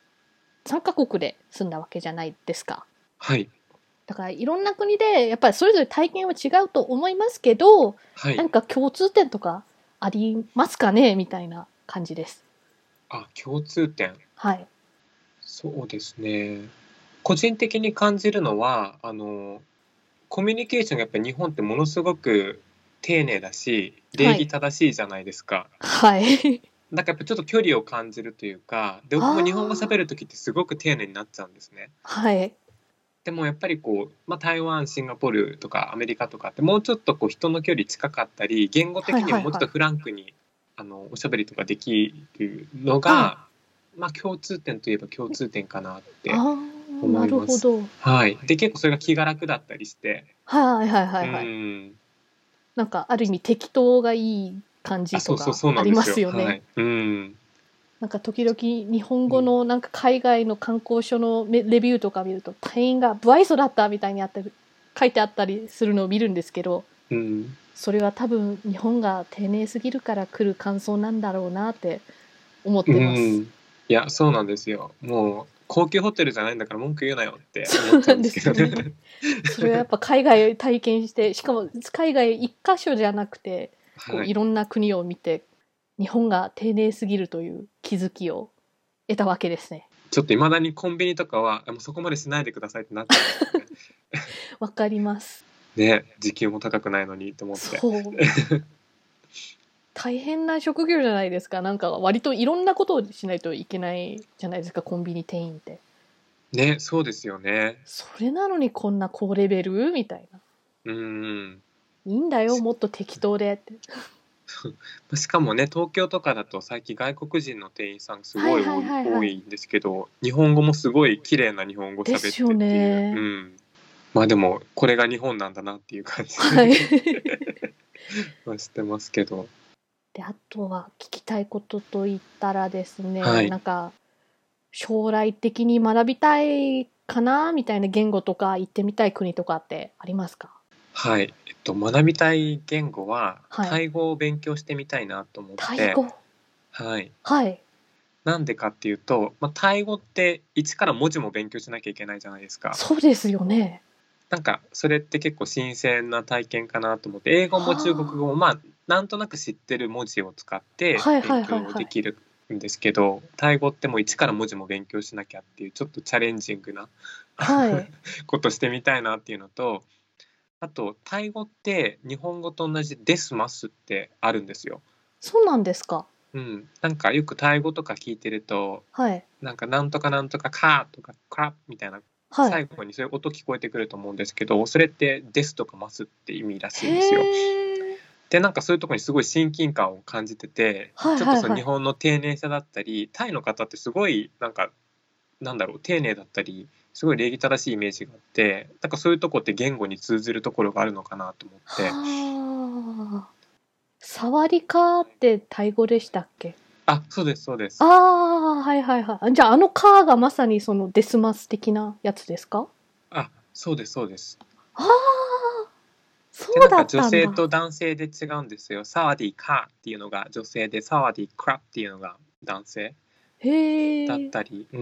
S1: 3カ国で住んだわけじゃないですか。
S2: はい。
S1: だからいろんな国でやっぱりそれぞれ体験は違うと思いますけど、
S2: はい。
S1: 何か共通点とかありますかねみたいな感じです。
S2: あ、共通点。
S1: はい。
S2: そうですね。個人的に感じるのは、コミュニケーションがやっぱり日本ってものすごく丁寧だし、礼儀
S1: はい。
S2: 正しいじゃないですか。
S1: はい。
S2: なんかやっぱちょっと距離を感じるというか、で、僕も日本語喋
S1: あ
S2: る時ってすごく丁寧になっちゃうんですね。
S1: あ。はい。
S2: でもやっぱりこう、台湾、シンガポールとかアメリカとかってもうちょっとこう人の距離近かったり、言語
S1: はい
S2: 的に
S1: はいはい。
S2: ももうちょっとフランクにおしゃべりとかできるの
S1: はい。
S2: が、共通点といえば共通点かなって
S1: ああ、な
S2: 思います。
S1: るほど。
S2: はい。で、結構それが気が楽だったりして、
S1: はいはいは
S2: う
S1: いはい。
S2: ん。
S1: なんかある意味適当がいい感
S2: あ、
S1: じと
S2: そうそうそう
S1: かありま
S2: なんですよ。
S1: すよね。
S2: はい。うん。
S1: なんか時々日本
S2: うん。
S1: 語のなんか海外の観光所のレビューとか見ると店員が不愛想だったみたいに書いてあったりするのを見るんですけど、
S2: うん。
S1: それは多分日本が丁寧すぎるから来る感想なんだろうなって思っ
S2: う
S1: てます。
S2: ん。いや、そうなんですよ。もう、高級ホテルじゃないんだから文句言うなよって思っちゃうん
S1: そうなん
S2: ですけどね。
S1: ですよね。それはやっぱ海外体験して、しかも海外一箇所じゃなくて、こ
S2: はい。
S1: ういろんな国を見て、日本が丁寧すぎるという気づきを得たわけですね。
S2: ちょっと未だにコンビニとかは、もうそこまでしないでくださいってなっちゃいますよね。
S1: わかります。
S2: ね、時給も高くないのにと思って。
S1: そう。大変な職業じゃないですか。なんか割といろんなことをしないといけないじゃないですか、コンビニ店員って。
S2: ね、そうですよね。
S1: それなのにこんな高レベルみたいな。
S2: うん。
S1: いいんだよ、もっと適当でって。
S2: しかもね、東京とかだと最近外国人の店員さんす
S1: はいはい
S2: ごい
S1: はいはい。
S2: 多いんですけど、日本語もすごい綺麗な日本語喋っ
S1: ですよ
S2: てっていう。う
S1: ね。
S2: ん。でも、これが日本なんだなっていう感じ
S1: はい。
S2: はしてますけど。
S1: で、あとは聞きたいことといったらですね、
S2: はい。
S1: なんか将来的に学びたいかなみたいな言語とか行ってみたい国とかってありますか？
S2: はい。学びたい言語は、
S1: はい。
S2: タイ語を勉強してみたいなと思って、
S1: タイ語。
S2: はい。
S1: はい。
S2: なんでかっていうと、タイ語って一から文字も勉強しなきゃいけないじゃないですか。
S1: そうですよね。
S2: なんか、それって結構新鮮な体験かなと思って、英語も中国語
S1: は
S2: も、なんとなく知ってる文字を使っ
S1: あ。
S2: て
S1: はいは
S2: 勉強
S1: いはいはい。
S2: できるんですけど、タイ語ってもう一から文字も勉強しなきゃっていう、ちょっとチャレンジングな
S1: はい。
S2: ことしてみたいなっていうのと、あと、タイ語って日本語と同じですますってあるんですよ。
S1: そうなんですか。
S2: うん。なんかよくタイ語とか聞いてると、
S1: はい。
S2: なんかなんとかなんとかカーとかクラップみたいな、
S1: はい。
S2: 最後にそういう音聞こえてくると思うんですけど、それってですとかますって意味らしいんですよ。
S1: へえ。
S2: で、なんかそういうところにすごい親近感を感じてて、
S1: はい
S2: ちょっと
S1: はいはい。
S2: その日本の丁寧さだったり、タイの方ってすごいなんか、なんだろう、丁寧だったり、すごい礼儀正しいイメージがあって、なんかそういうとこって言語に通ずるところがあるのかなと思って。
S1: はあ。サワディカーってタイ語でしたっけ？
S2: あ、そうですそうです。
S1: ああ、はいはいはい。じゃあ、あのカーがまさにそのデスマス的なやつですか？
S2: あ、そうですそうです。
S1: ああ、そ
S2: で、なん
S1: うだ
S2: か女性
S1: ったんだ。
S2: と男性で違うんですよ。サワディーカーっていうのが女性で、サワディークラップっていうのが男性だっ
S1: へえ。
S2: たり、うん。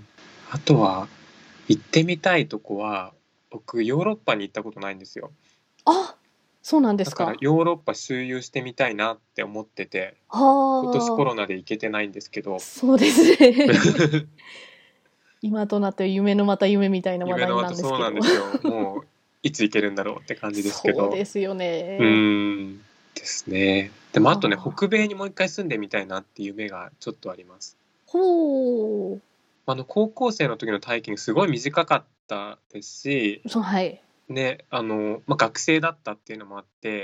S2: あとは、行ってみたいとこは、僕ヨーロッパに行ったことないんですよ。
S1: あ、 そうなんで
S2: だから
S1: すか。
S2: ヨーロッパ周遊してみたいなって思ってて、今年コ
S1: はあ、
S2: ロナで行けてないんですけど、
S1: そうですね。今となっては夢のまた夢みたいな話
S2: 夢の
S1: 題
S2: またそうなん
S1: なんですけど。
S2: ですよ。もういつ行けるんだろうって感じですけど、
S1: そうですよ
S2: う
S1: ね。
S2: ーんですね。でもあとね、
S1: はあ。
S2: 北米にもう一回住んでみたいなっていう夢がちょっとあります。
S1: ほう。
S2: 高校生の時の体験すごい短かったですし、
S1: そう、はい。
S2: ね、学生だったっていうのもあって、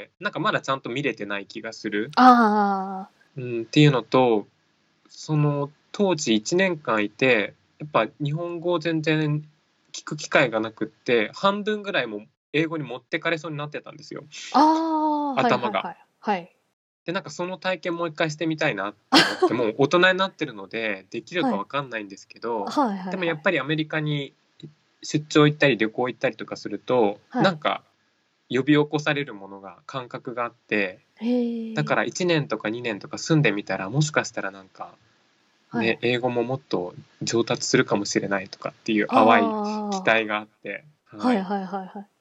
S2: なんかまだちゃんと見れてない気がする、
S1: ああ、
S2: っていうのと、その当時1年間いて、やっぱ日本語を全然聞く機会がなくって、半分ぐらいも英語に持ってかれそうになってたんですよ、
S1: ああ、はい
S2: 頭が。
S1: はいはい。はい。
S2: で、なんかその体験もう一回してみたいなって思って、もう大人になってるので、できるか
S1: はい。
S2: わかんないんですけど、
S1: はいはい
S2: でもやっ
S1: はい。
S2: ぱりアメリカに出張行ったり旅行行ったりとかすると、
S1: はい。
S2: なんか呼び起こされるものが感覚があって、
S1: へえ。
S2: だから1年とか2年とか住んでみたら、もしかしたらなんかね、
S1: はい。
S2: 英語ももっと上達するかもしれないとかっていう淡い期
S1: ああ、
S2: 待があって、はい。
S1: はいはいはいはい。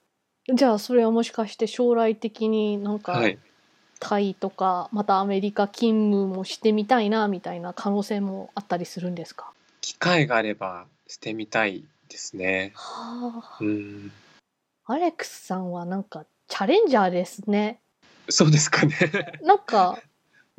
S1: じゃあ、それはもしかして将来的になんか、
S2: はい。
S1: タイとか、またアメリカ勤務もしてみたいなみたいな可能性もあったりするんですか？
S2: 機会があればしてみたいですね。
S1: は
S2: うん。
S1: あ。アレックスさんはなんかチャレンジャーですね。
S2: そうですかね。
S1: なんか、
S2: うん。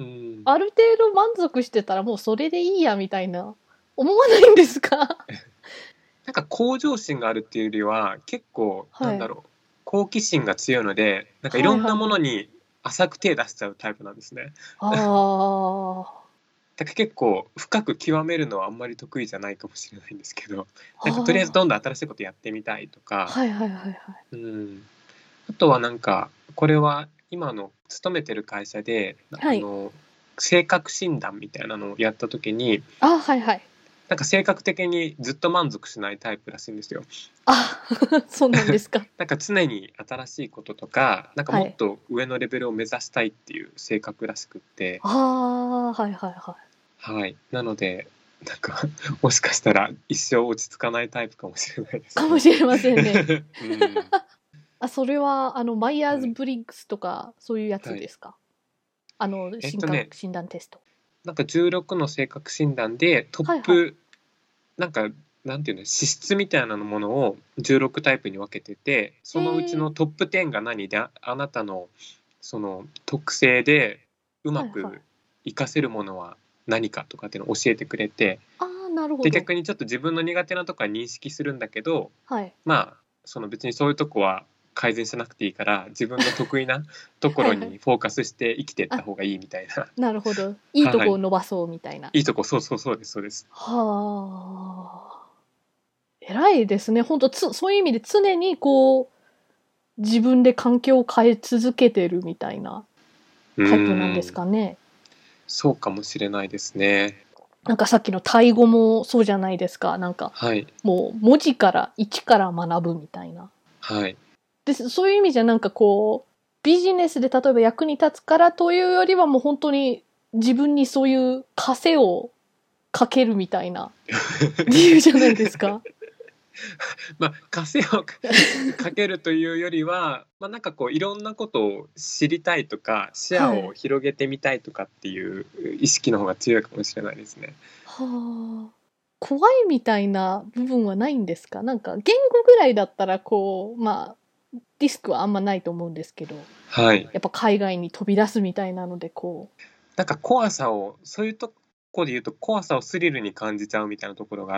S1: ある程度満足してたらもうそれでいいやみたいな、思わないんですか？
S2: なんか向上心があるっていうよりは、結構な
S1: はい。
S2: んだろう、好奇心が強いので、なんかいろんな
S1: はいはいはい。
S2: ものに浅く手出しちゃうタイプなんですね。
S1: ああ。
S2: だから結構深く極めるのはあんまり得意じゃないかもしれないんですけど、なんかとりあえず
S1: あ
S2: どんどん新しいことやってみたいと
S1: あ。
S2: か、
S1: はいはいはいはい。
S2: うん。あとはなんか、これは今の勤めてる会社で、
S1: はい。
S2: 性格診断みたいなのをやった時に、
S1: あ、はいはい。
S2: なんか性格的にずっと満足しないタイプらしいんですよ。
S1: あ、そうなんですか。
S2: なんか常に新しいこととか、なんか
S1: はい。
S2: もっと上のレベルを目指したいっていう性格らしくって、
S1: ああ、はいはいはい。
S2: はい。なので、なんかもしかしたら一生落ち着かないタイプかもしれないですね。
S1: かもしれませんね。
S2: うん。
S1: あ、それは、マイヤーズ
S2: はい。
S1: ブリッグスとか、そういうやつ
S2: はい。
S1: ですか？
S2: えっとね、
S1: 診断テスト。
S2: なんか16の性格診断でトッ
S1: はいはい。
S2: プ、なんか、なんていうの、資質みたいなものを16タイプに分けてて、そのうち
S1: へえ。
S2: のトップ10が何で、あなたのその特性でうま
S1: はいはい。
S2: く活かせるものは何かとかっていうのを教えてくれて、
S1: ああ、なるほ
S2: で、
S1: ど。
S2: 逆にちょっと自分の苦手なとこは認識するんだけど、
S1: はい。
S2: まあ、その別にそういうとこは改善しなくていいから、自分の得意なところ
S1: はいはい。
S2: にフォーカスして生きていった
S1: あ、
S2: 方がいいみたいな。
S1: なるほど。いいと
S2: はい。
S1: こを伸ばそうみたいな。
S2: いいとこ、そうそうそうです、そうです。
S1: はあ。偉いですね。ほんと、そういう意味で常にこう、自分で環境を変え続けてるみたいな
S2: う
S1: タイプなんです
S2: ーん。
S1: かね。
S2: そうかもしれないですね。
S1: なんかさっきのタイ語もそうじゃないですか。なんか、
S2: はい。
S1: もう文字から一から学ぶみたいな。
S2: はい。
S1: で、そういう意味じゃなんかこう、ビジネスで例えば役に立つからというよりはもう本当に自分にそういう枷をかけるみたいな理由じゃないですか。
S2: 枷をかけるというよりは、なんかこういろんなことを知りたいとか、視野を
S1: はい。
S2: 広げてみたいとかっていう意識の方が強いかもしれないですね。
S1: はあ。怖いみたいな部分はないんですか？なんか言語ぐらいだったらこう、まあ、リスクはあんまないと思うんですけど、
S2: はい。
S1: やっぱ海外に飛び出すみたいなのでこう、
S2: なんか怖さを、そういうとこで言うと怖さをスリルに感じちゃうみたいなところがあって、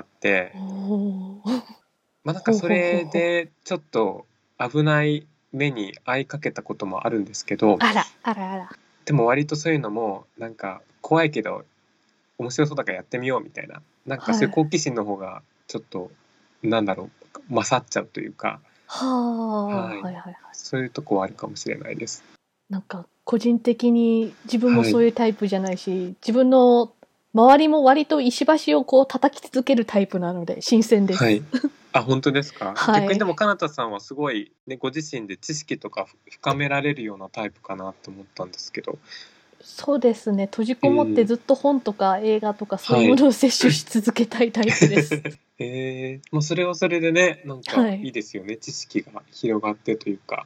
S1: おー
S2: なんか
S1: ほうほうほう
S2: それ
S1: ほう。
S2: でちょっと危ない目に遭いかけたこともあるんですけど、
S1: あら、あらあら。
S2: でも割とそういうのもなんか怖いけど面白そうだからやってみようみたいな、なんかそういう
S1: はい。
S2: 好奇心の方がちょっとなんだろう、勝っちゃうというか、
S1: はあ、
S2: はい、
S1: はいはいはい。
S2: そういうとこはあるかもしれないです。
S1: なんか個人的に自分も
S2: はい、
S1: そういうタイプじゃないし、自分の周りも割と石橋をこう叩き続けるタイプなので新鮮です。
S2: はい。あ、本当ですか？逆にで
S1: はい。
S2: もかなたさんはすごいね、ご自身で知識とか深められるようなタイプかなと思ったんですけど。
S1: そうですね。閉じこもって
S2: うん、
S1: ずっと本とか映画とかそういう
S2: はい。
S1: ものを摂取し続けたいタイプです。
S2: それはそれでね、なんかいい
S1: はい。
S2: ですよね。知識が広がってというか。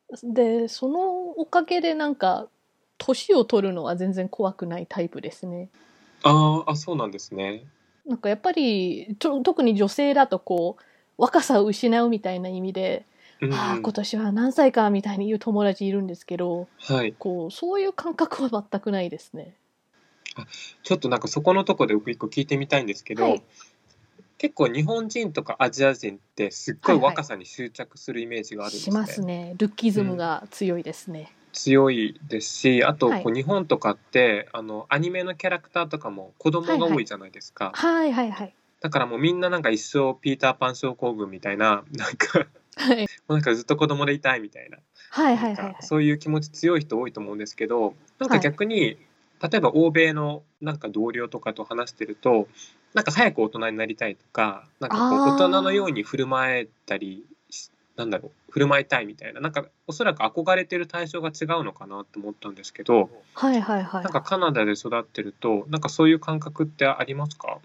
S1: でそのおかげでなんか年を取るのは全然怖くないタイプですね。
S2: そうなんですね。
S1: なんかやっぱり特に女性だとこう若さを失うみたいな意味で、今年は何歳かみたいに言う友達いるんですけど、
S2: はい、
S1: こうそういう感覚は全くないですね。
S2: ちょっとなんかそこのとこで僕一個聞いてみたいんですけど、はい、結構日本人とかアジア人ってすっごい若さに執着するイメージがあるんですね。
S1: しますね。ルッキズムが強いですね。
S2: 強いですし、あとこう日本とかってアニメのキャラクターとかも子供が多いじゃないですか。
S1: はいはいはい。
S2: だからもうみんななんか一生ピーターパン症候群みたいな、なんかなんかずっと子供でいたいみたいな、そういう気持ち強い人多いと思うんですけど、なんか逆に、例えば欧米のなんか同僚とかと話してると、なんか早く大人になりたいとか、なんかこう大人のように振る舞えたり、振る舞いたいみたいな、なんかおそらく憧れてる対象が違うのかなと思ったんですけど、なんかカナダで育ってると、なんかそういう感覚ってありますか？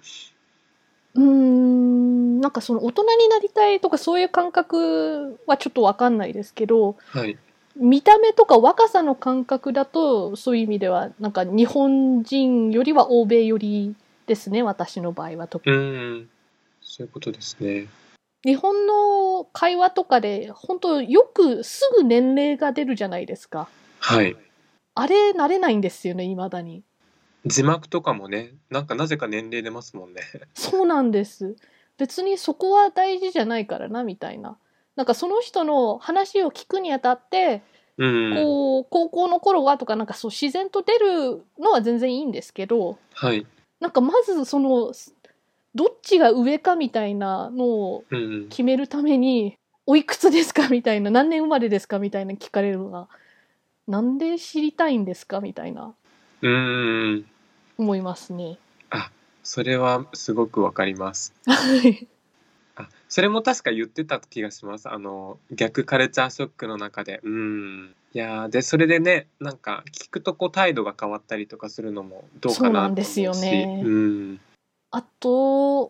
S1: なんかその大人になりたいとかそういう感覚はちょっと分かんないですけど、
S2: はい、
S1: 見た目とか若さの感覚だとそういう意味ではなんか日本人よりは欧米よりですね、私の場合は特
S2: に。そういうことですね。
S1: 日本の会話とかで本当よくすぐ年齢が出るじゃないですか。
S2: はい。
S1: あれ慣れないんですよね、未だに。
S2: 字幕とかもね、なんかなぜか年齢出ますもんね。
S1: そうなんです。別にそこは大事じゃないからなみたいな。なんかその人の話を聞くにあたって、こう高校の頃はとかなんかそう自然と出るのは全然いいんですけど、
S2: はい、
S1: なんかまずそのどっちが上かみたいなのを決めるために、おいくつですかみたいな、何年生まれですかみたいな聞かれるのが、なんで知りたいんですかみたいな思いますね。
S2: それはすごくわかります。それも確か言ってた気がします。逆カルチャーショックの中で。いやでそれでね、なんか聞くとこう態度が変わったりとかするのもどうかなと思うし。そうなんですよね。
S1: あと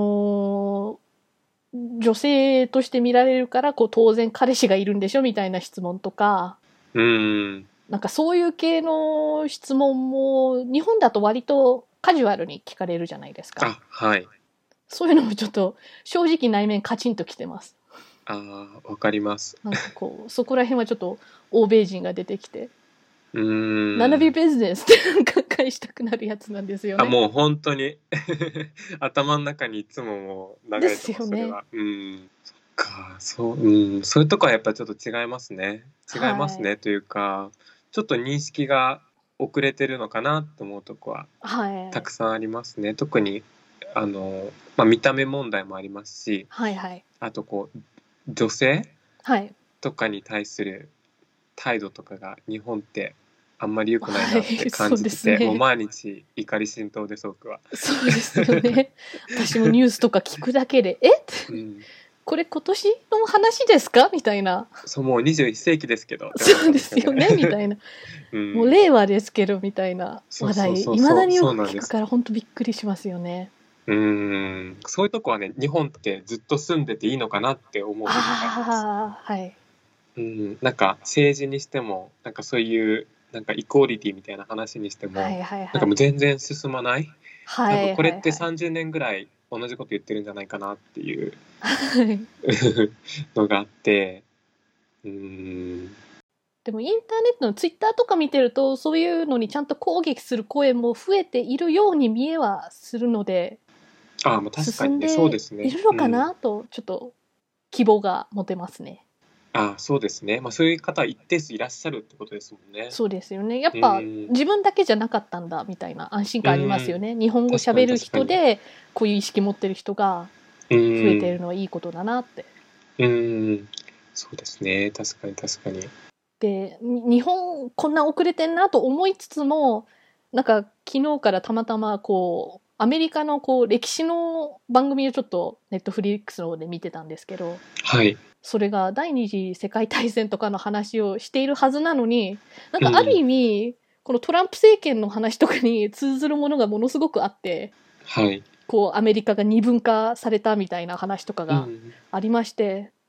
S1: 女性として見られるからこう当然彼氏がいるんでしょみたいな質問とか、なんかそういう系の質問も日本だと割とカジュアルに聞かれるじゃないですか。
S2: はい。
S1: そういうのもちょっと正直内面カチンときてます。
S2: わかります。
S1: なんかこうそこら辺はちょっと欧米人が出てきて。None of your business ってなんか返したくなるやつなんですよね。
S2: もう本当に頭の中にいつももう流れてます、それは。そっか、そういうとこはやっぱりちょっと違いますね。違いますね、というか、ちょっと認識が遅れてるのかなと思うとこはたくさんありますね。特に見た目問題もありますし、あとこう女性とかに対する態度とかが日本ってあんまり良くないなって感じてて、もう毎日怒り心頭です、僕は。
S1: そうですよね。私もニュースとか聞くだけで、これ今年の話ですかみたいな。
S2: そう、もう21世紀ですけど。
S1: そうですよね、みたいな。もう令和ですけど、みたいな話題、いまだによく聞くから本当びっくりしますよね。
S2: そういうとこはね、日本ってずっと住んでていいのかなって思う部分があります。なんか政治にしても、なんかそういうなんかイコーリティみたいな話にしても、なんかもう全然進まない。多分これって30年ぐらい同じこと言ってるんじゃないかなっていうのがあって、で
S1: もインターネットのツイッターとか見てるとそういうのにちゃんと攻撃する声も増えているように見えはするので、
S2: 確かにね、そうですね。
S1: いるのかなとちょっと希望が持てますね。
S2: そうですね。そういう方一定数いらっしゃるってことですもんね。
S1: そうですよね。やっぱ自分だけじゃなかったんだみたいな安心感ありますよね。日本語喋る人でこういう意識持ってる人が増えているのはいいことだなって。
S2: そうですね。確かに確かに。
S1: で、日本こんな遅れてんなと思いつつも、なんか昨日からたまたまこうアメリカのこう歴史の番組をちょっとネットフリックスの方で見てたんですけど、それが第二次世界大戦とかの話をしているはずなのに、なんかある意味、このトランプ政権の話とかに通ずるものがものすごくあって、こうアメリカが二分化されたみたいな話とかがありまして、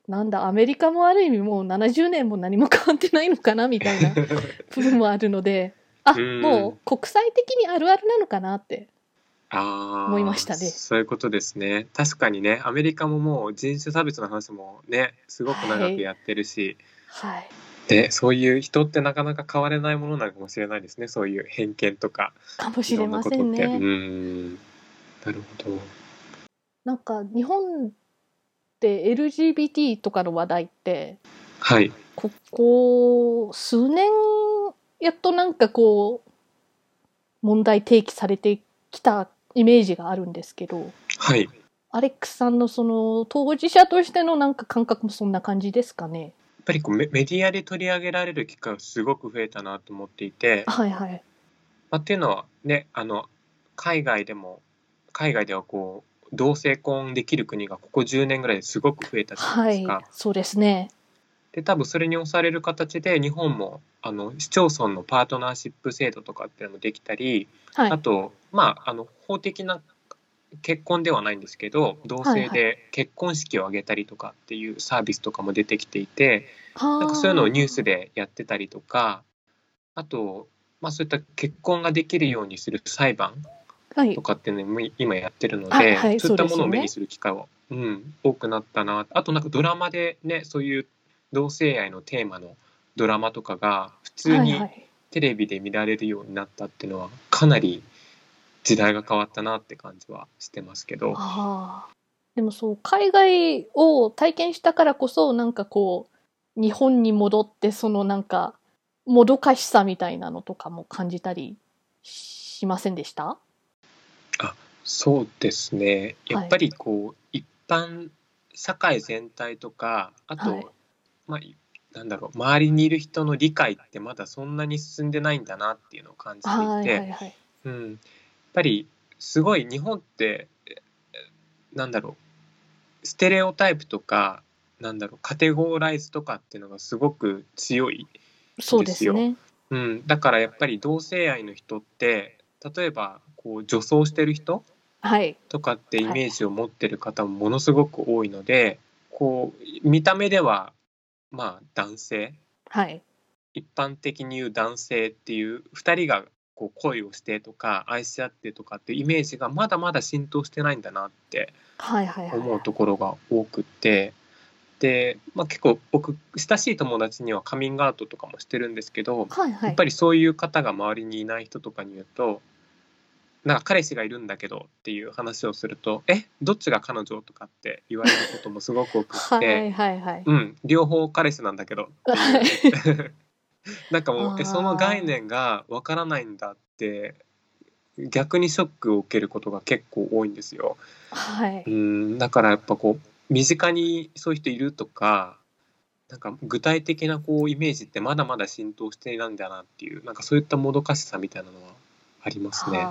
S1: なんだアメリカもある意味もう70年も何も変わってないのかなみたいな部分もあるのでもう国際的にあるあるなのかなって思いましたね。
S2: そういうことですね。確かにね、アメリカももう人種差別の話もねすごく長くやってるし、
S1: はい、
S2: でそういう人ってなかなか変われないものなのかもしれないですね。そういう偏見とか
S1: かもしれませんね。
S2: なるほど。
S1: なんか日本で LGBT とかの話題って、
S2: はい、
S1: ここ数年やっとなんかこう問題提起されてきたイメージがあるんですけど、
S2: はい、
S1: アレックスさんのその当事者としてのなんか感覚もそんな感じですかね。
S2: やっぱりこうメディアで取り上げられる機会がすごく増えたなと思っていて、
S1: はいはい。
S2: っていうのはね、海外ではこう同性婚できる国がここ10年ぐらいですごく増えたじゃないですか。
S1: はい、そうですね。
S2: で多分それに押される形で日本も市町村のパートナーシップ制度とかっていうのもできたり、
S1: はい、
S2: あと法的な結婚ではないんですけど同性で結婚式を挙げたりとかっていうサービスとかも出てきていて、なんかそういうのをニュースでやってたりとか、あと、そういった結婚ができるようにする裁判とかっていうのも今やってるので、そういったものを目にする機会は、多くなったな。あとなんかドラマでね、そういう同性愛のテーマのドラマとかが普通にテレビで見られるようになったっていうのはかなり時代が変わったなって感じはしてますけど。
S1: でもそう海外を体験したからこそなんかこう日本に戻ってそのなんかもどかしさみたいなのとかも感じたりしませんでした？
S2: そうですね。やっぱりこう、一般社会全体とか、あと、なんだろう、周りにいる人の理解ってまだそんなに進んでないんだなっていうのを感じていて、やっぱりすごい日本ってなんだろう、ステレオタイプとかカテゴライズとかっていうのがすごく強いんですよ。だからやっぱり同性愛の人って例えばこう女装してる人とかってイメージを持ってる方もものすごく多いので、こう見た目では男性、一般的に言う男性っていう2人がこう恋をしてとか愛し合ってとかっていうイメージがまだまだ浸透してないんだなって思うところが多くて、で、結構僕親しい友達にはカミングアウトとかもしてるんですけど、やっぱりそういう方が周りにいない人とかに言うと、なんか彼氏がいるんだけどっていう話をすると、どっちが彼女とかって言われることもすごく多くって両方彼氏なんだけどっていうなんかもうその概念がわからないんだって逆にショックを受けることが結構多いんですよ。だからやっぱこう身近にそういう人いるとか、なんか具体的なこうイメージってまだまだ浸透していないんだなっていう、なんかそういったもどかしさみたいなのはありますね。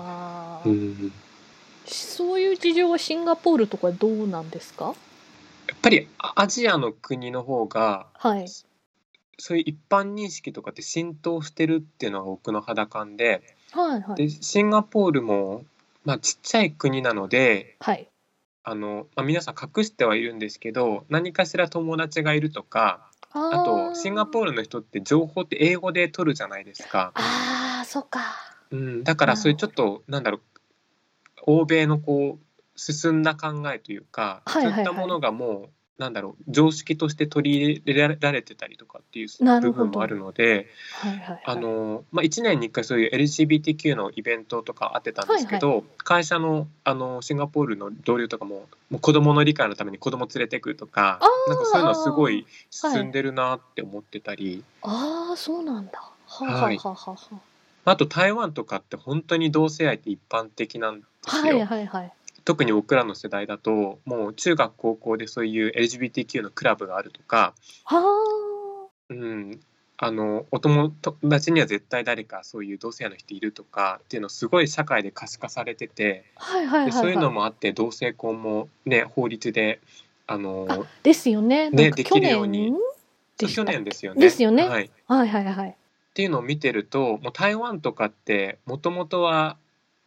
S1: そういう事情はシンガポールとかどうなんですか？
S2: やっぱりアジアの国の方が、そういう一般認識とかって浸透してるっていうのが僕の肌感で、でシンガポールも、ちっちゃい国なので、皆さん隠してはいるんですけど、何かしら友達がいるとか、あとシンガポールの人って情報って英語で取るじゃないですか。だからそういうちょっと欧米のこう進んだ考えというか、そういったものがもう常識として取り入れられてたりとかっていう部分もあるので、1年に1回そういう LGBTQ のイベントとかあってたんですけど、会社のシンガポールの同僚とかも子どもの理解のために子ども連れてくとか、なんかそういうのはすごい進んでるなって思ってたり。
S1: そうなんだ。
S2: あと台湾とかって本当に同性愛って一般的なんですよ。特に僕らの世代だともう中学高校でそういう LGBTQ のクラブがあるとか、お友達には絶対誰かそういう同性愛の人いるとかっていうのすごい社会で可視化されてて、でそういうのもあって同性婚もね法律で
S1: ですよね。
S2: できるように去年ですよね。っていうのを見てると、もう台湾とかってもともとは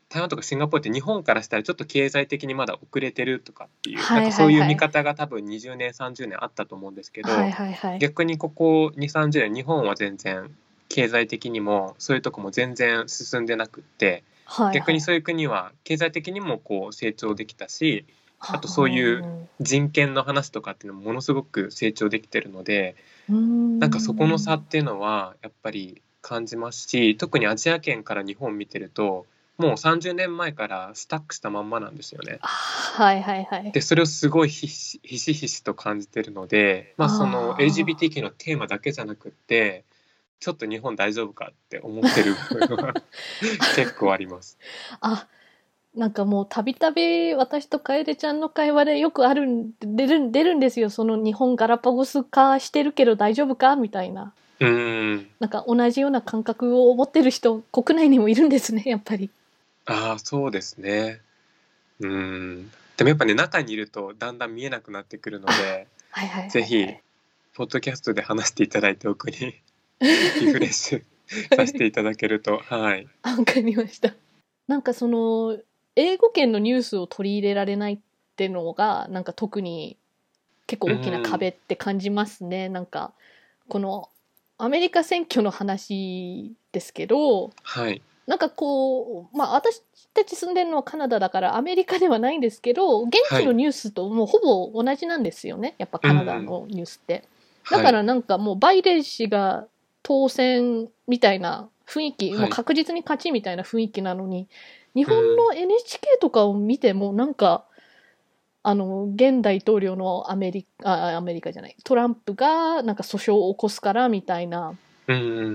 S2: 台湾とかシンガポールって日本からしたらちょっと経済的にまだ遅れてるとかっていう、
S1: はい
S2: なんかそういう
S1: はいはい。
S2: 見方が多分20年30年あったと思うんですけ
S1: はい
S2: ど、
S1: はいはい。
S2: 逆にここ2、30年日本は全然経済的にもそういうとこも全然進んでなくって、
S1: はいはい。
S2: 逆にそういう国は経済的にもこう成長できたし、あとそういう
S1: は
S2: 人権の話とかっていうのもものすごく成長できてるので、
S1: うー
S2: なんかそこの差
S1: ん。
S2: っていうのはやっぱり感じますし、特にアジア圏から日本見てると、もう30年前からスタックしたまんまなんですよね。
S1: はいはいはい。
S2: で、それをすごいひしひしと感じてるので、まあその
S1: あ
S2: LGBTQ のテーマだけじゃなくって、ちょっと日本大丈夫かって思ってる部分は結構あります。
S1: あ。なんかもうたびたび私と楓ちゃんの会話でよく出るんですよ。その日本ガラパゴス化してるけど大丈夫かみたいな。
S2: うーん。
S1: なんか同じような感覚を持ってる人、国内にもいるんですね、やっぱり。
S2: ああ、そうですね。うーん。でもやっぱね、中にいるとだんだん見えなくなってくるので、
S1: はいはいはいは
S2: ぜひ、
S1: い。
S2: ポッドキャストで話していただいて、奥にリフレッシュさせていただけると、はい。
S1: わかりました。なんかその、英語圏のニュースを取り入れられないってのが、なんか特に結構
S2: う
S1: 大きな
S2: ん。
S1: 壁って感じますね。なんか、このアメリカ選挙の話ですけど、
S2: はい。
S1: なんかこう、まあ私たち住んでるのはカナダだからアメリカではないんですけど、現
S2: はい。
S1: 地のニュースともうほぼ同じなんですよね。やっぱカナダ
S2: うん。
S1: のニュースって。だ
S2: はい。
S1: からなんかもうバイデン氏が当選みたいな雰囲気、もう
S2: はい。
S1: 確実に勝ちみたいな雰囲気なのに、日本
S2: うん。
S1: の NHK とかを見てもなんか、現大統領のアメリカじゃない、トランプがなんか訴訟を起こすからみたいな、
S2: うん。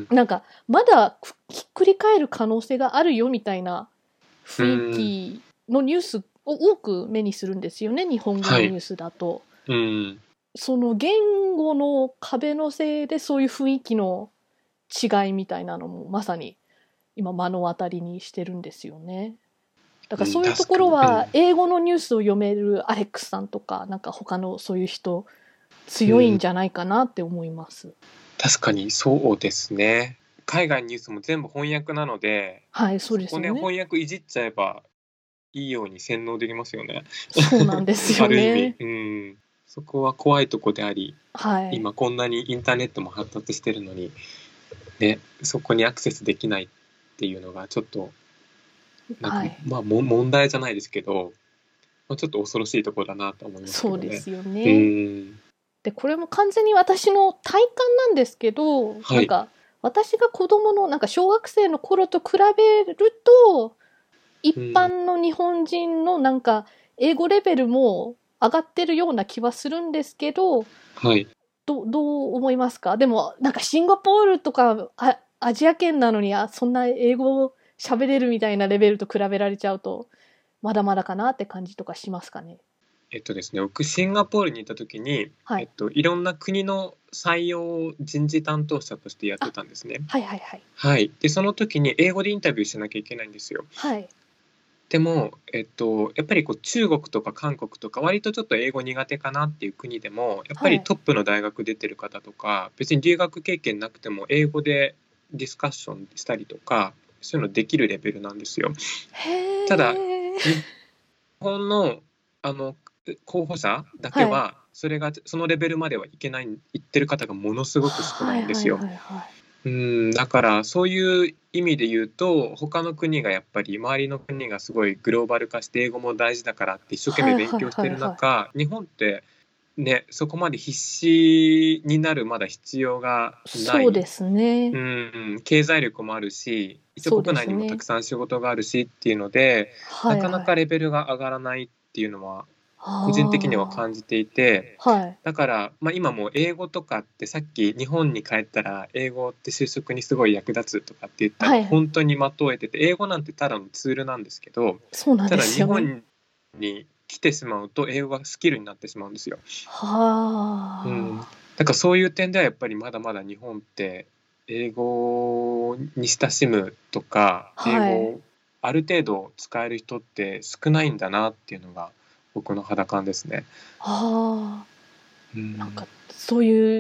S1: なんかまだひっくり返る可能性があるよみたいな
S2: う
S1: 雰囲
S2: ん。
S1: 気のニュースを多く目にするんですよね、日本語
S2: はい。
S1: のニュースだと。
S2: うん。
S1: その言語の壁のせいでそういう雰囲気の違いみたいなのもまさに今目の当たりにしてるんですよね。だから
S2: うん、
S1: そういうと
S2: 確かに。う
S1: ころは
S2: ん。
S1: 英語のニュースを読めるアレックスさんとかなんか他のそういう人強いん
S2: うん。
S1: じゃないかなって思います。
S2: 確かにそうですね。海外のニュースも全部翻訳なので、
S1: はい、そう
S2: そこね、
S1: ですよね。
S2: 翻訳いじっちゃえばいいように洗脳できますよね。
S1: そうなんです
S2: ある意味。
S1: よね。
S2: うん。そこは怖いとこであり、
S1: はい。
S2: 今こんなにインターネットも発達してるのに、ね、そこにアクセスできないっていうのがちょっと、なんか、
S1: はい。
S2: まあ、問題じゃないですけど、まあ、ちょっと恐ろしいところだなと思いますけどね。
S1: そうですよ
S2: う
S1: ね。
S2: ーん。
S1: で、これも完全に私の体感なんですけど、
S2: はい。
S1: なんか、私が子供の、なんか小学生の頃と比べると、一
S2: うん。
S1: 般の日本人のなんか、英語レベルも上がってるような気はするんですけど、
S2: はい。
S1: どう思いますか？でも、なんかシンガポールとか、アジア圏なのに、そんな英語喋れるみたいなレベルと比べられちゃうと、まだまだかなって感じとかしますかね。
S2: ですね、僕シンガポールにいた時に、
S1: はい。
S2: いろんな国の採用人事担当者としてやって
S1: あ、
S2: たんですね。
S1: はいはいはい。
S2: はい。で、その時に英語でインタビューしなきゃいけないんですよ。
S1: はい。
S2: でも、やっぱりこう中国とか韓国とか割とちょっと英語苦手かなっていう国でも、やっぱ
S1: はい。
S2: りトップの大学出てる方とか、別に留学経験なくても英語でディスカッションしたりとか、そういうのできるレベルなんですよ。ただ、
S1: へえ。
S2: 日本のあの候補者だけ
S1: はい。
S2: は、そのレベルまではいけない、行ってる方がものすごく少な
S1: はいはい
S2: いんですよ。
S1: はいはい。
S2: だからそういう意味で言うと、他の国がやっぱり周りの国がすごいグローバル化して英語も大事だからって一生懸命勉
S1: はいはい
S2: 強してる
S1: はいはい。
S2: 中、日本ってね、そこまで必死になるまだ必要がない。
S1: そうですね。
S2: 経済力もあるし、一応
S1: そうで
S2: 国内にもた
S1: すね。
S2: くさん仕事があるしっていうので、なかな
S1: はいはい。
S2: かレベルが上がらないっていうのは個人的には
S1: あ
S2: 感じていて、
S1: あ。はい。
S2: だから、まあ、今もう英語とかってさっき日本に帰ったら英語って就職にすごい役立つとかって言ったの
S1: はいはい。
S2: 本当に的を得てて、英語なんてただのツールなんですけど、
S1: そうなんで
S2: ただ
S1: すよね。
S2: 日本に来てしまうと英語がスキルになってしまうんですよ。うん、
S1: はあ。
S2: だからそういう点ではやっぱりまだまだ日本って英語に親しむとか英語
S1: はい。
S2: をある程度使える人って少ないんだなっていうのが僕の肌感ですね。
S1: ああ。
S2: うん、
S1: なんか、そういう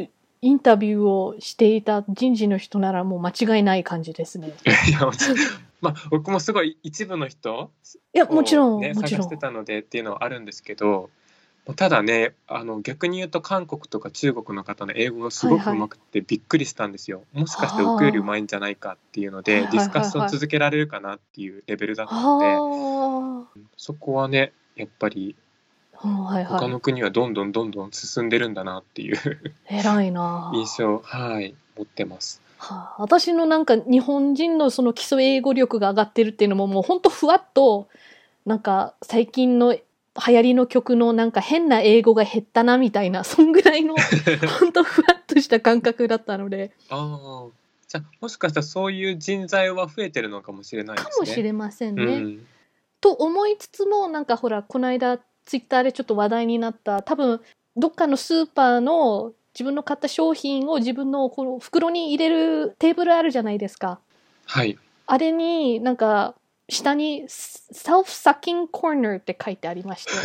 S1: インタビューをしていた人事の人ならもう間違いない感じですね。
S2: いやまあ僕もすごい一部の人
S1: いやもちろん、
S2: ね、
S1: もちろん
S2: 探してたのでっていうのはあるんですけど、ただね逆に言うと韓国とか中国の方の英語がすごく上手くてびっくりしたんですよ。もしかして僕より上手いんじゃないかっていうので、ディスカッション続けられるかなっていうレベルだったので、そこはねやっぱり他の国はどんどん進んでるんだなっていう
S1: 偉いな
S2: 印象、持ってます。
S1: 私のなんか日本人のその基礎英語力が上がってるっていうのももうほんとふわっとなんか最近の流行りの曲のなんか変な英語が減ったなみたいなそんぐらいのほんとふわっとした感覚だったので
S2: じゃあもしかしたらそういう人材は増えてるのかもしれないですね。
S1: かもしれませんね、と思いつつもなんかほらこの間ツイッターでちょっと話題になった多分どっかのスーパーの自分の買った商品を自分のこの袋に入れるテーブルあるじゃないですか。
S2: はい。
S1: あれになんか下に self-sucking corner って書いてありまして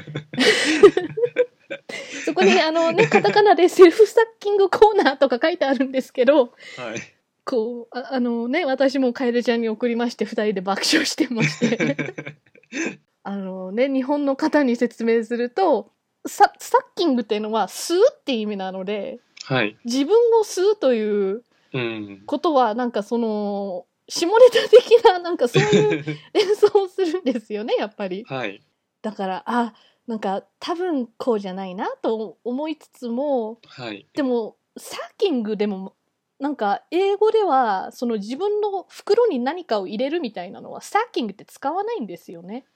S1: そこにカタカナでセルフサッキングコーナーとか書いてあるんですけど、
S2: はい、
S1: こう私もカエルちゃんに送りまして2人で爆笑してまして日本の方に説明するとサッキングっていうのは吸うって意味なので、
S2: はい、
S1: 自分を吸うということはなんかその下ネタ的ななんかそういう連想をするんですよねやっぱり、
S2: はい、
S1: だからなんか多分こうじゃないなと思いつつも、
S2: はい、
S1: でもサッキングでもなんか英語ではその自分の袋に何かを入れるみたいなのはサッキングって使わないんですよね。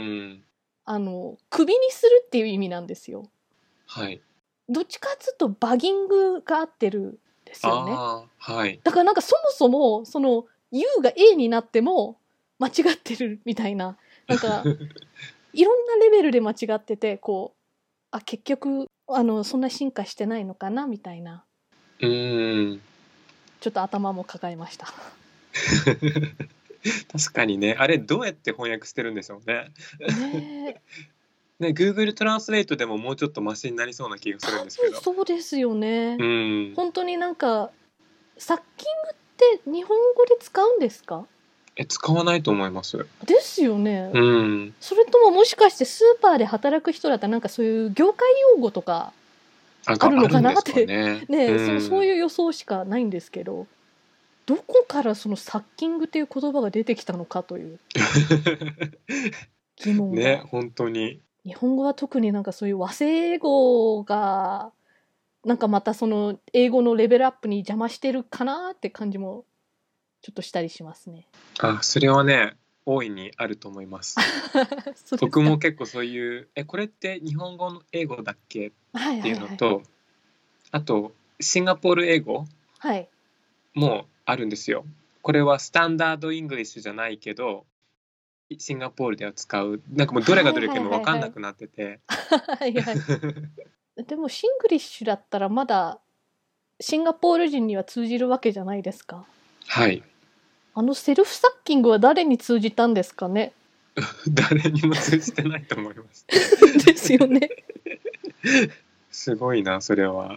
S1: 首にするっていう意味なんですよ。
S2: はい。
S1: どっちかっつうとバギングが合ってるんですよね。
S2: はい。
S1: だからなんかそもそもその U が A になっても間違ってるみたいな、なんかいろんなレベルで間違っててこう結局そんな進化してないのかなみたいな。ちょっと頭も抱えました
S2: 確かにね、あれどうやって翻訳してるんでしょうね。ね、Google トランスレートでももうちょっとマシになりそうな気がするんですけど。
S1: そうですよね。本当になんかサッキングって日本語で使うんですか？
S2: 使わないと思います。
S1: ですよね。それとももしかしてスーパーで働く人だったらなんかそういう業界用語とかあるのかなってそういう予想しかないんですけど、どこからそのサッキングっていう言葉が出てきたのかという疑問が
S2: ね、本当に
S1: 日本語は特になんかそういう和製英語がなんかまたその英語のレベルアップに邪魔してるかなって感じもちょっとしたりしますね。
S2: それはね大いにあると思います僕も結構そういうこれって日本語の英語だっけっていうのと、あとシンガポール英語もあるんですよ。これはスタンダードイングリッシュじゃないけどシンガポールでは使う、なんかもうどれがどれかも分かんなくなってて
S1: でもシングリッシュだったらまだシンガポール人には通じるわけじゃないですか。
S2: はい。
S1: セルフサッキングは誰に通じたんですかね。
S2: 誰にも通じてないと思います
S1: ですよね
S2: すごいなそれは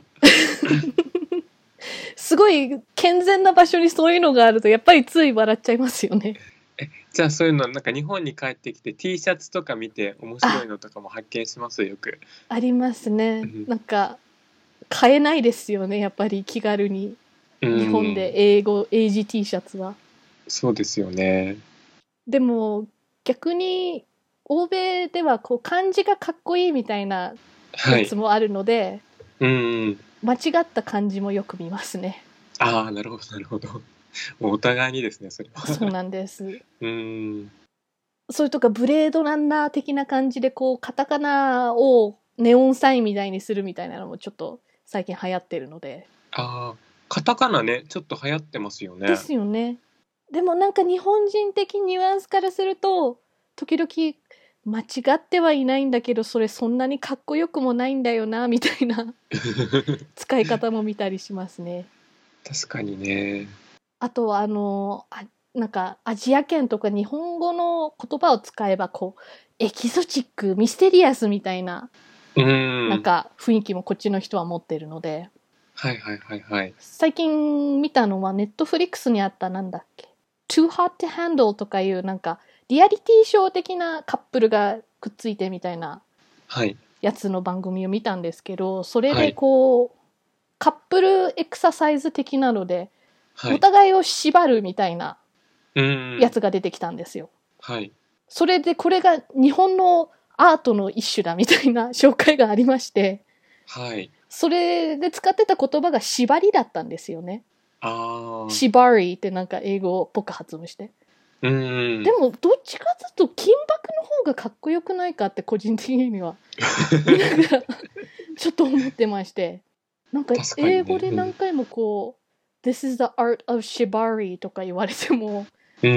S1: すごい健全な場所にそういうのがあるとやっぱりつい笑っちゃいますよね。
S2: じゃあそういうのなんか日本に帰ってきて T シャツとか見て面白いのとかも発見しますよく。
S1: ありますね。なんか買えないですよねやっぱり気軽に日本で英字 T シャツは。
S2: そうですよね。
S1: でも逆に欧米ではこう漢字がかっこいいみたいなやつもあるので、間違った漢字もよく見ますね。
S2: なるほどなるほど。もうお互いにですねそれは。
S1: そうなんです。それとかブレードランナー的な感じでこうカタカナをネオンサインみたいにするみたいなのもちょっと最近流行ってるので。
S2: カタカナねちょっと流行ってますよね。
S1: ですよね。でもなんか日本人的ニュアンスからすると時々間違ってはいないんだけどそれそんなにかっこよくもないんだよなみたいな使い方も見たりしますね。
S2: 確かにね。
S1: あとはなんかアジア圏とか日本語の言葉を使えばこうエキゾチックミステリアスみたいななんか雰囲気もこっちの人は持ってるので、
S2: はいはいはいはい。
S1: 最近見たのはネットフリックスにあったなんだっけ Too Hot to Handle とかいうなんかリアリティショー的なカップルがくっついてみたいな
S2: はい。
S1: やつの番組を見たんですけど、それで
S2: はい。
S1: こうカップルエクササイズ的なのでお
S2: はい。
S1: 互いを縛るみたいな
S2: うん。
S1: やつが出てきたんですよ。
S2: はい。
S1: それでこれが日本のアートの一種だみたいな紹介がありまして、
S2: はい。
S1: それで使ってた言葉が縛りだったんですよね。
S2: ああ。
S1: 縛りってなんか英語っぽく発音して。
S2: うん。
S1: でもどっちかというと金箔の方がかっこよくないかって個人的には見ながらちょっと思ってまして、なんか
S2: 確かにね。
S1: 英語で何回もこう、This is the art of shibari とか言われても、
S2: うん。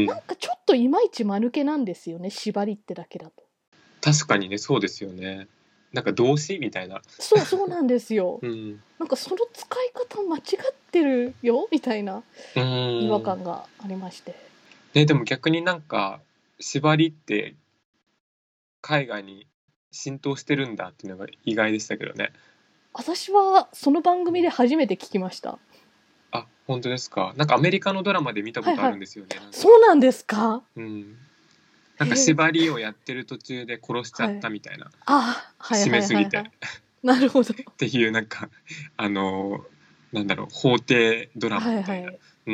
S1: なんかちょっといまいち間抜けなんですよね、縛りってだけだと。
S2: 確かにね、そうですよね。なんか動詞みたいな。
S1: そうなんですよ。
S2: うん。
S1: なんかその使い方間違ってるよみたいな
S2: う
S1: 違和
S2: ん。
S1: 感がありまして。
S2: ね、でも逆になんか縛りって海外に浸透してるんだっていうのが意外でしたけどね。
S1: 私はその番組で初めて聞きました。
S2: あ、本当ですか。なんかアメリカのドラマで見たことあ
S1: はいはい。
S2: るんですよね。なんか、
S1: そうなんですか？
S2: うん。なんか
S1: へえ。
S2: 縛りをやってる途中で殺しちゃ
S1: はい。
S2: ったみたいな。
S1: はい
S2: 締
S1: はいはいはい。
S2: めすぎて
S1: なるほど。
S2: っていうなんかあのなんだろう、法廷ドラマみたいな。
S1: はいはい。
S2: うん。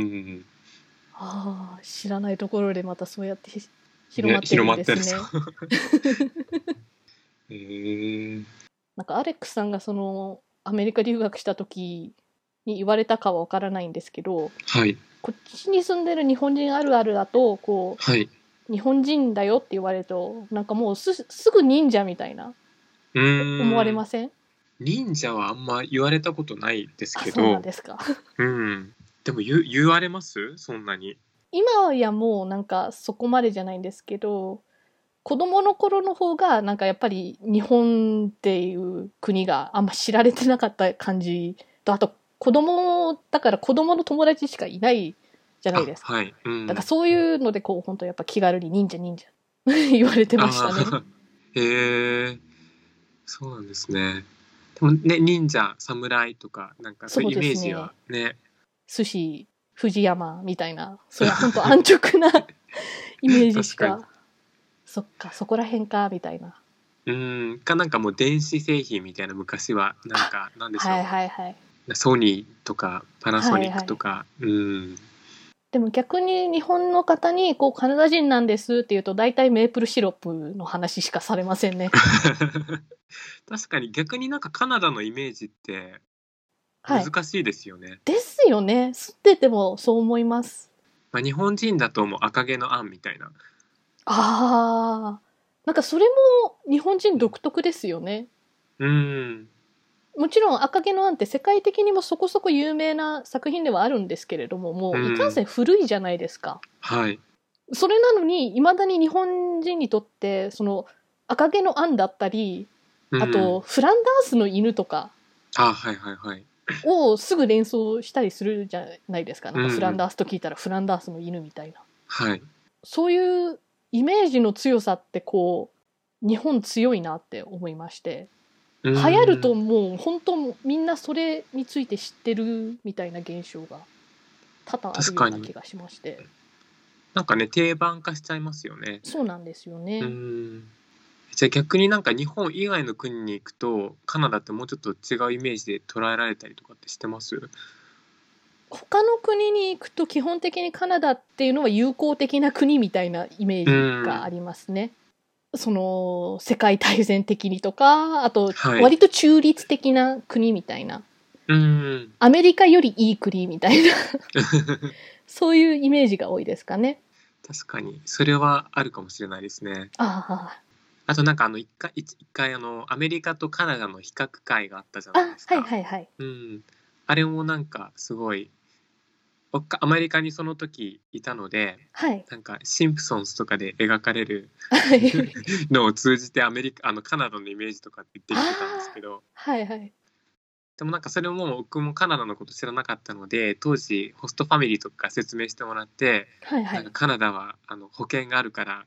S1: 知らないところでまたそうやって広
S2: ね、
S1: まってるん
S2: 広まってる。そ
S1: ですね。
S2: う。へえ。
S1: なんかアレックスさんがそのアメリカ留学した時に言われたかはわからないんですけど、
S2: はい。
S1: こっちに住んでる日本人あるあるだと、こ
S2: はい。
S1: う、日本人だよって言われると、なんかもうすぐ忍者みたいな、
S2: う
S1: 思われ
S2: ーん。
S1: ません？
S2: 忍者はあんま言われたことないですけ
S1: そうなん
S2: ど、
S1: ですか。
S2: うん。でも言われますそんなに。
S1: 今やもうなんかそこまでじゃないんですけど、子供の頃の方がなんかやっぱり日本っていう国があんま知られてなかった感じと、あと子供だから子供の友達しかいないじゃない
S2: あ、
S1: ですか。
S2: はい。う
S1: だから
S2: ん。
S1: そういうのでこう本当やっぱ気軽に忍者忍者言われてましたね。
S2: ああ、へえ、そうなんですね。でもね、忍者、侍とか、なんかそういうイ
S1: そうで
S2: メージは
S1: すね。
S2: ね、
S1: 寿司、藤山みたいな、それは本当安直なイメージし
S2: 確かに。
S1: か、そっか、そこら辺か、みたいな。
S2: なんかもう電子製品みたいな昔は、なん
S1: あ、
S2: か、なんでしょ
S1: はいはいはい。
S2: う。ソニーとかパナソニッ
S1: はいはい。
S2: クとか、
S1: でも逆に日本の方に、こう、カナダ人なんですって言うと、大体メープルシロップの話しかされませんね。
S2: 確かに逆になんかカナダのイメージって
S1: はい。
S2: 難しいですよね。
S1: ですよね。吸っててもそう思います。
S2: まあ、日本人だともう赤毛のアンみたいな。
S1: ああ。なんかそれも日本人独特ですよね。
S2: うん。
S1: もちろん赤毛のアンって世界的にもそこそこ有名な作品ではあるんですけれども、もういかんせ
S2: うん。
S1: ん古いじゃないですか。
S2: はい。
S1: それなのに、未だに日本人にとって、その赤毛のアンだったり、あと
S2: うん。
S1: フランダースの犬とか
S2: あ、はいはいはい。
S1: をすぐ連想したりするじゃないですか。なんかフラン
S2: うん。
S1: ダースと聞いたらフランダースの犬みたいな。
S2: はい。
S1: そういうイメージの強さってこう、日本強いなって思いまして。
S2: う
S1: 流行る
S2: ん。
S1: ともう本当みんなそれについて知ってるみたいな現象が多々ある
S2: 確かに。
S1: ような気がしまして。
S2: なんかね、定番化しちゃいますよね。
S1: そうなんですよ
S2: う
S1: ね。
S2: ん。じゃあ逆になんか日本以外の国に行くと、カナダってもうちょっと違うイメージで捉えられたりとかってしてます？
S1: 他の国に行くと基本的にカナダっていうのは友好的な国みたいなイメー
S2: う
S1: ジがあ
S2: ん。
S1: りますね。その世界大戦的にとか、あと
S2: はい。
S1: 割と中立的な国みたいな。
S2: うん。
S1: アメリカよりいい国みたいなそういうイメージが多いですかね。
S2: 確かに、それはあるかもしれないですね。
S1: あ
S2: あとなんか一回アメリカとカナダの比較会があったじゃないで
S1: はい
S2: すか。
S1: はいはい。
S2: うん。あれもなんかすごい、アメリカにその時いたので、
S1: はい。
S2: なんかシンプソンズとかで描かれる
S1: はい。
S2: のを通じてカナダのイメージとかってできてたんです
S1: ああ、
S2: けど、
S1: はいはい。
S2: でもなんかそれも僕もカナダのこと知らなかったので、当時ホストファミリーとか説明してもらって、なんか
S1: はいはい。
S2: カナダは保険があるから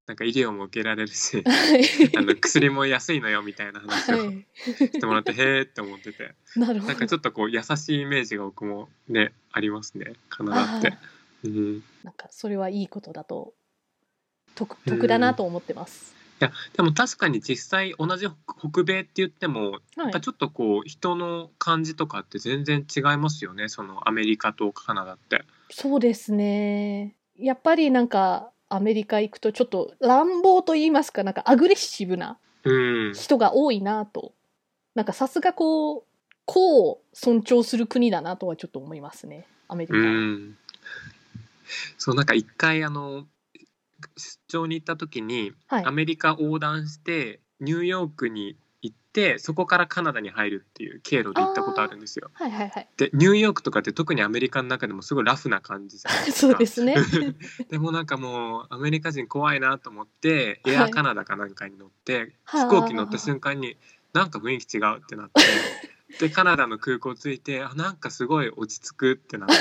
S2: なんか医療も受けられるし
S1: はい
S2: 薬も安いのよみたいな話を
S1: はい
S2: してもらってへーって思ってて、
S1: なるほど。
S2: なんかちょっとこう優しいイメージが僕もねありますね、カナダって。
S1: なんかそれはいいことだと得だな
S2: うん。
S1: と思ってます。
S2: いや、でも確かに実際同じ北米って言っても、やっぱちょっとこう人の感じとかって全然違いますよね、そのアメリカとカナダって。
S1: そうですね。やっぱりなんかアメリカ行くとちょっと乱暴と言いますか、なんかアグレッシブな人が多いなと。なんかさすがこう尊重する国だなとはちょっと思いますね、アメリカは。
S2: そう、なんか一回出張に行った時に、アメリカ横断してニューヨークに行ってそこからカナダに入るっていう経路で行ったことあるんですよ。でニューヨークとかって特にアメリカの中でもすごいラフな感じじゃないですか。
S1: そうですね
S2: でもなんかもうアメリカ人怖いなと思ってエアカナダかなんかに乗って、飛行機乗った瞬間になんか雰囲気違うってなってでカナダの空港着いてなんかすごい落ち着くってなって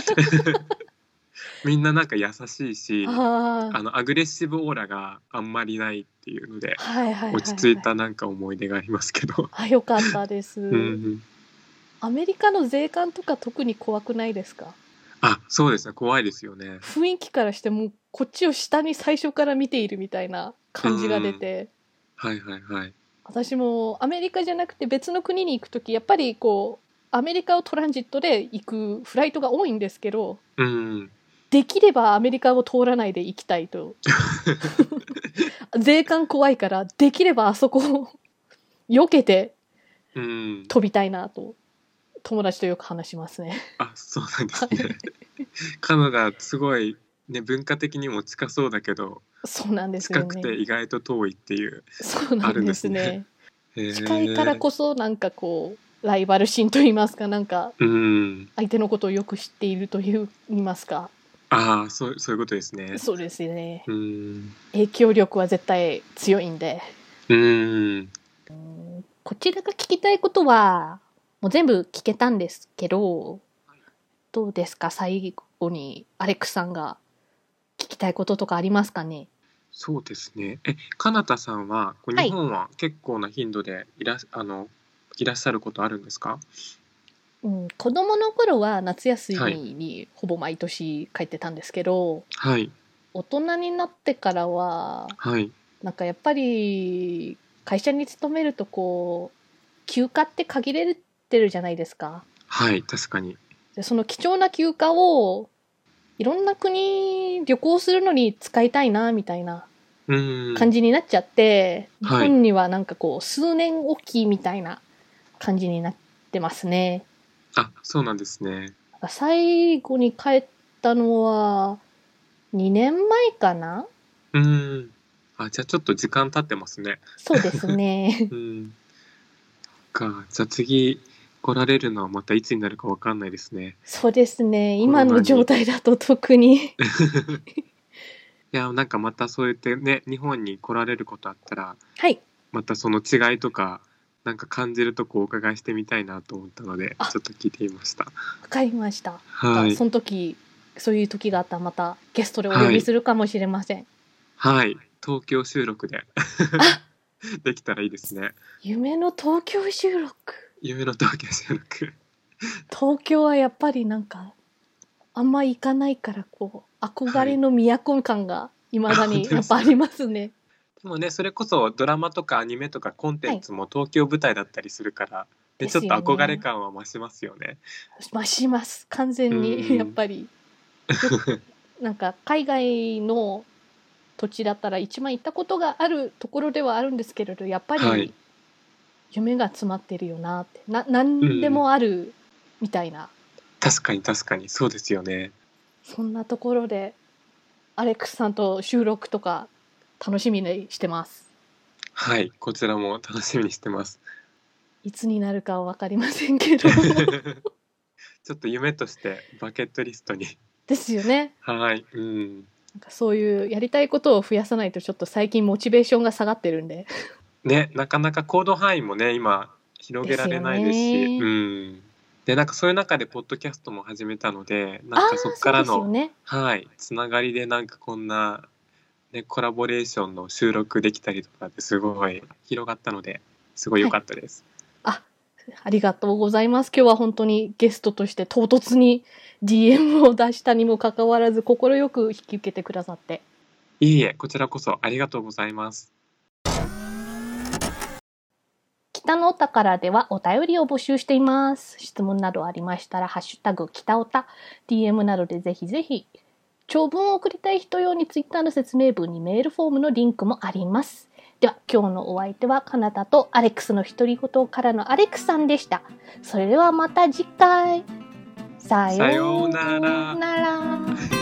S2: みんななんか優しいしアグレッシブオーラがあんまりないっていうので、落ち着いたなんか思い出がありますけど
S1: よかったです、アメリカの税関とか特に怖くないですか？
S2: そうですね、怖いですよね。
S1: 雰囲気からしてもうこっちを下に最初から見ているみたいな感じが出て、私もアメリカじゃなくて別の国に行くときやっぱりこうアメリカをトランジットで行くフライトが多いんですけど、できればアメリカを通らないで行きたいと税関怖いからできればあそこを避けて飛びたいなと友達とよく話しますね。
S2: そうなんですねカナダすごいね、文化的にも近そうだけど、
S1: そうなんですよね、
S2: 近くて意外と遠いっていう
S1: そうなんですね近いから
S2: こ
S1: こそなんかこうライバル心と言いますか、なんか相手のことをよく知っていると言いますか、
S2: そういうことですね。
S1: そうですね。影響力は絶対強いんで。こちらが聞きたいことはもう全部聞けたんですけど、どうですか、最後にアレックスさんが聞きたいこととかありますかね？
S2: そうですね。かなたさんは日本は結構な頻度でいらっしゃることあるんですか？
S1: 子供の頃は夏休みにほぼ毎年帰ってたんですけど、大人になってからは、なんかやっぱり会社に勤めるとこう休暇って限られてるじゃないですか。
S2: 確かに。
S1: でその貴重な休暇をいろんな国旅行するのに使いたいなみたいな感じになっちゃって、日本にはなんかこう数年おきみたいな感じになってますね。
S2: そうなんですね。
S1: 最後に帰ったのは2年前かな。
S2: じゃあちょっと時間経ってますね。
S1: そうですね
S2: じゃあ次来られるのはまたいつになるかわかんないですね。
S1: そうですね、今の状態だと特にい
S2: やなんかまたそうやってね日本に来られることあったら、またその違いとかなんか感じるとこお伺いしてみたいなと思ったのでちょっと聞いてみました。わ
S1: かりました。その時そういう時があったらまたゲストでお呼びするかもしれません。
S2: 東京収録でできたらいいですね。
S1: 夢の東京収録。東京はやっぱりなんかあんま行かないからこう憧れの都感がいまだにやっぱありますね。
S2: でもねそれこそドラマとかアニメとかコンテンツも東京舞台だったりするから、ちょっと憧れ感は増しますよね。
S1: 増します完全にやっぱりなんか海外の土地だったら一番行ったことがあるところではあるんですけれど、やっぱり夢が詰まってるよなって、何でもあるみたいな、
S2: 確かにそうですよね。
S1: そんなところでアレックスさんと収録とか楽しみにしてます。
S2: こちらも楽しみにしてます。
S1: いつになるかは分かりませんけどち
S2: ょっと夢としてバケットリストに
S1: ですよね。
S2: なん
S1: かそういうやりたいことを増やさないとちょっと最近モチベーションが下がってるんで
S2: ね、なかなか行動範囲もね今広げられないですし、でなんかそういう中でポッドキャストも始めたので、なんかそこからのつながりでなんかこんなね、コラボレーションの収録できたりとかってすごい広がったのですごい良かったです。
S1: ありがとうございます。今日は本当にゲストとして唐突に DM を出したにもかかわらず快く引き受けてくださって。
S2: いえいえ、こちらこそありがとうございます。
S1: 北のお宝ではお便りを募集しています。質問などありましたら、ハッシュタグ北おた、DM などでぜひぜひ。長文を送りたい人用にツイッターの説明文にメールフォームのリンクもあります。では今日のお相手はカナダとアレックスの独り言からのアレックスさんでした。それではまた次回。さようなら。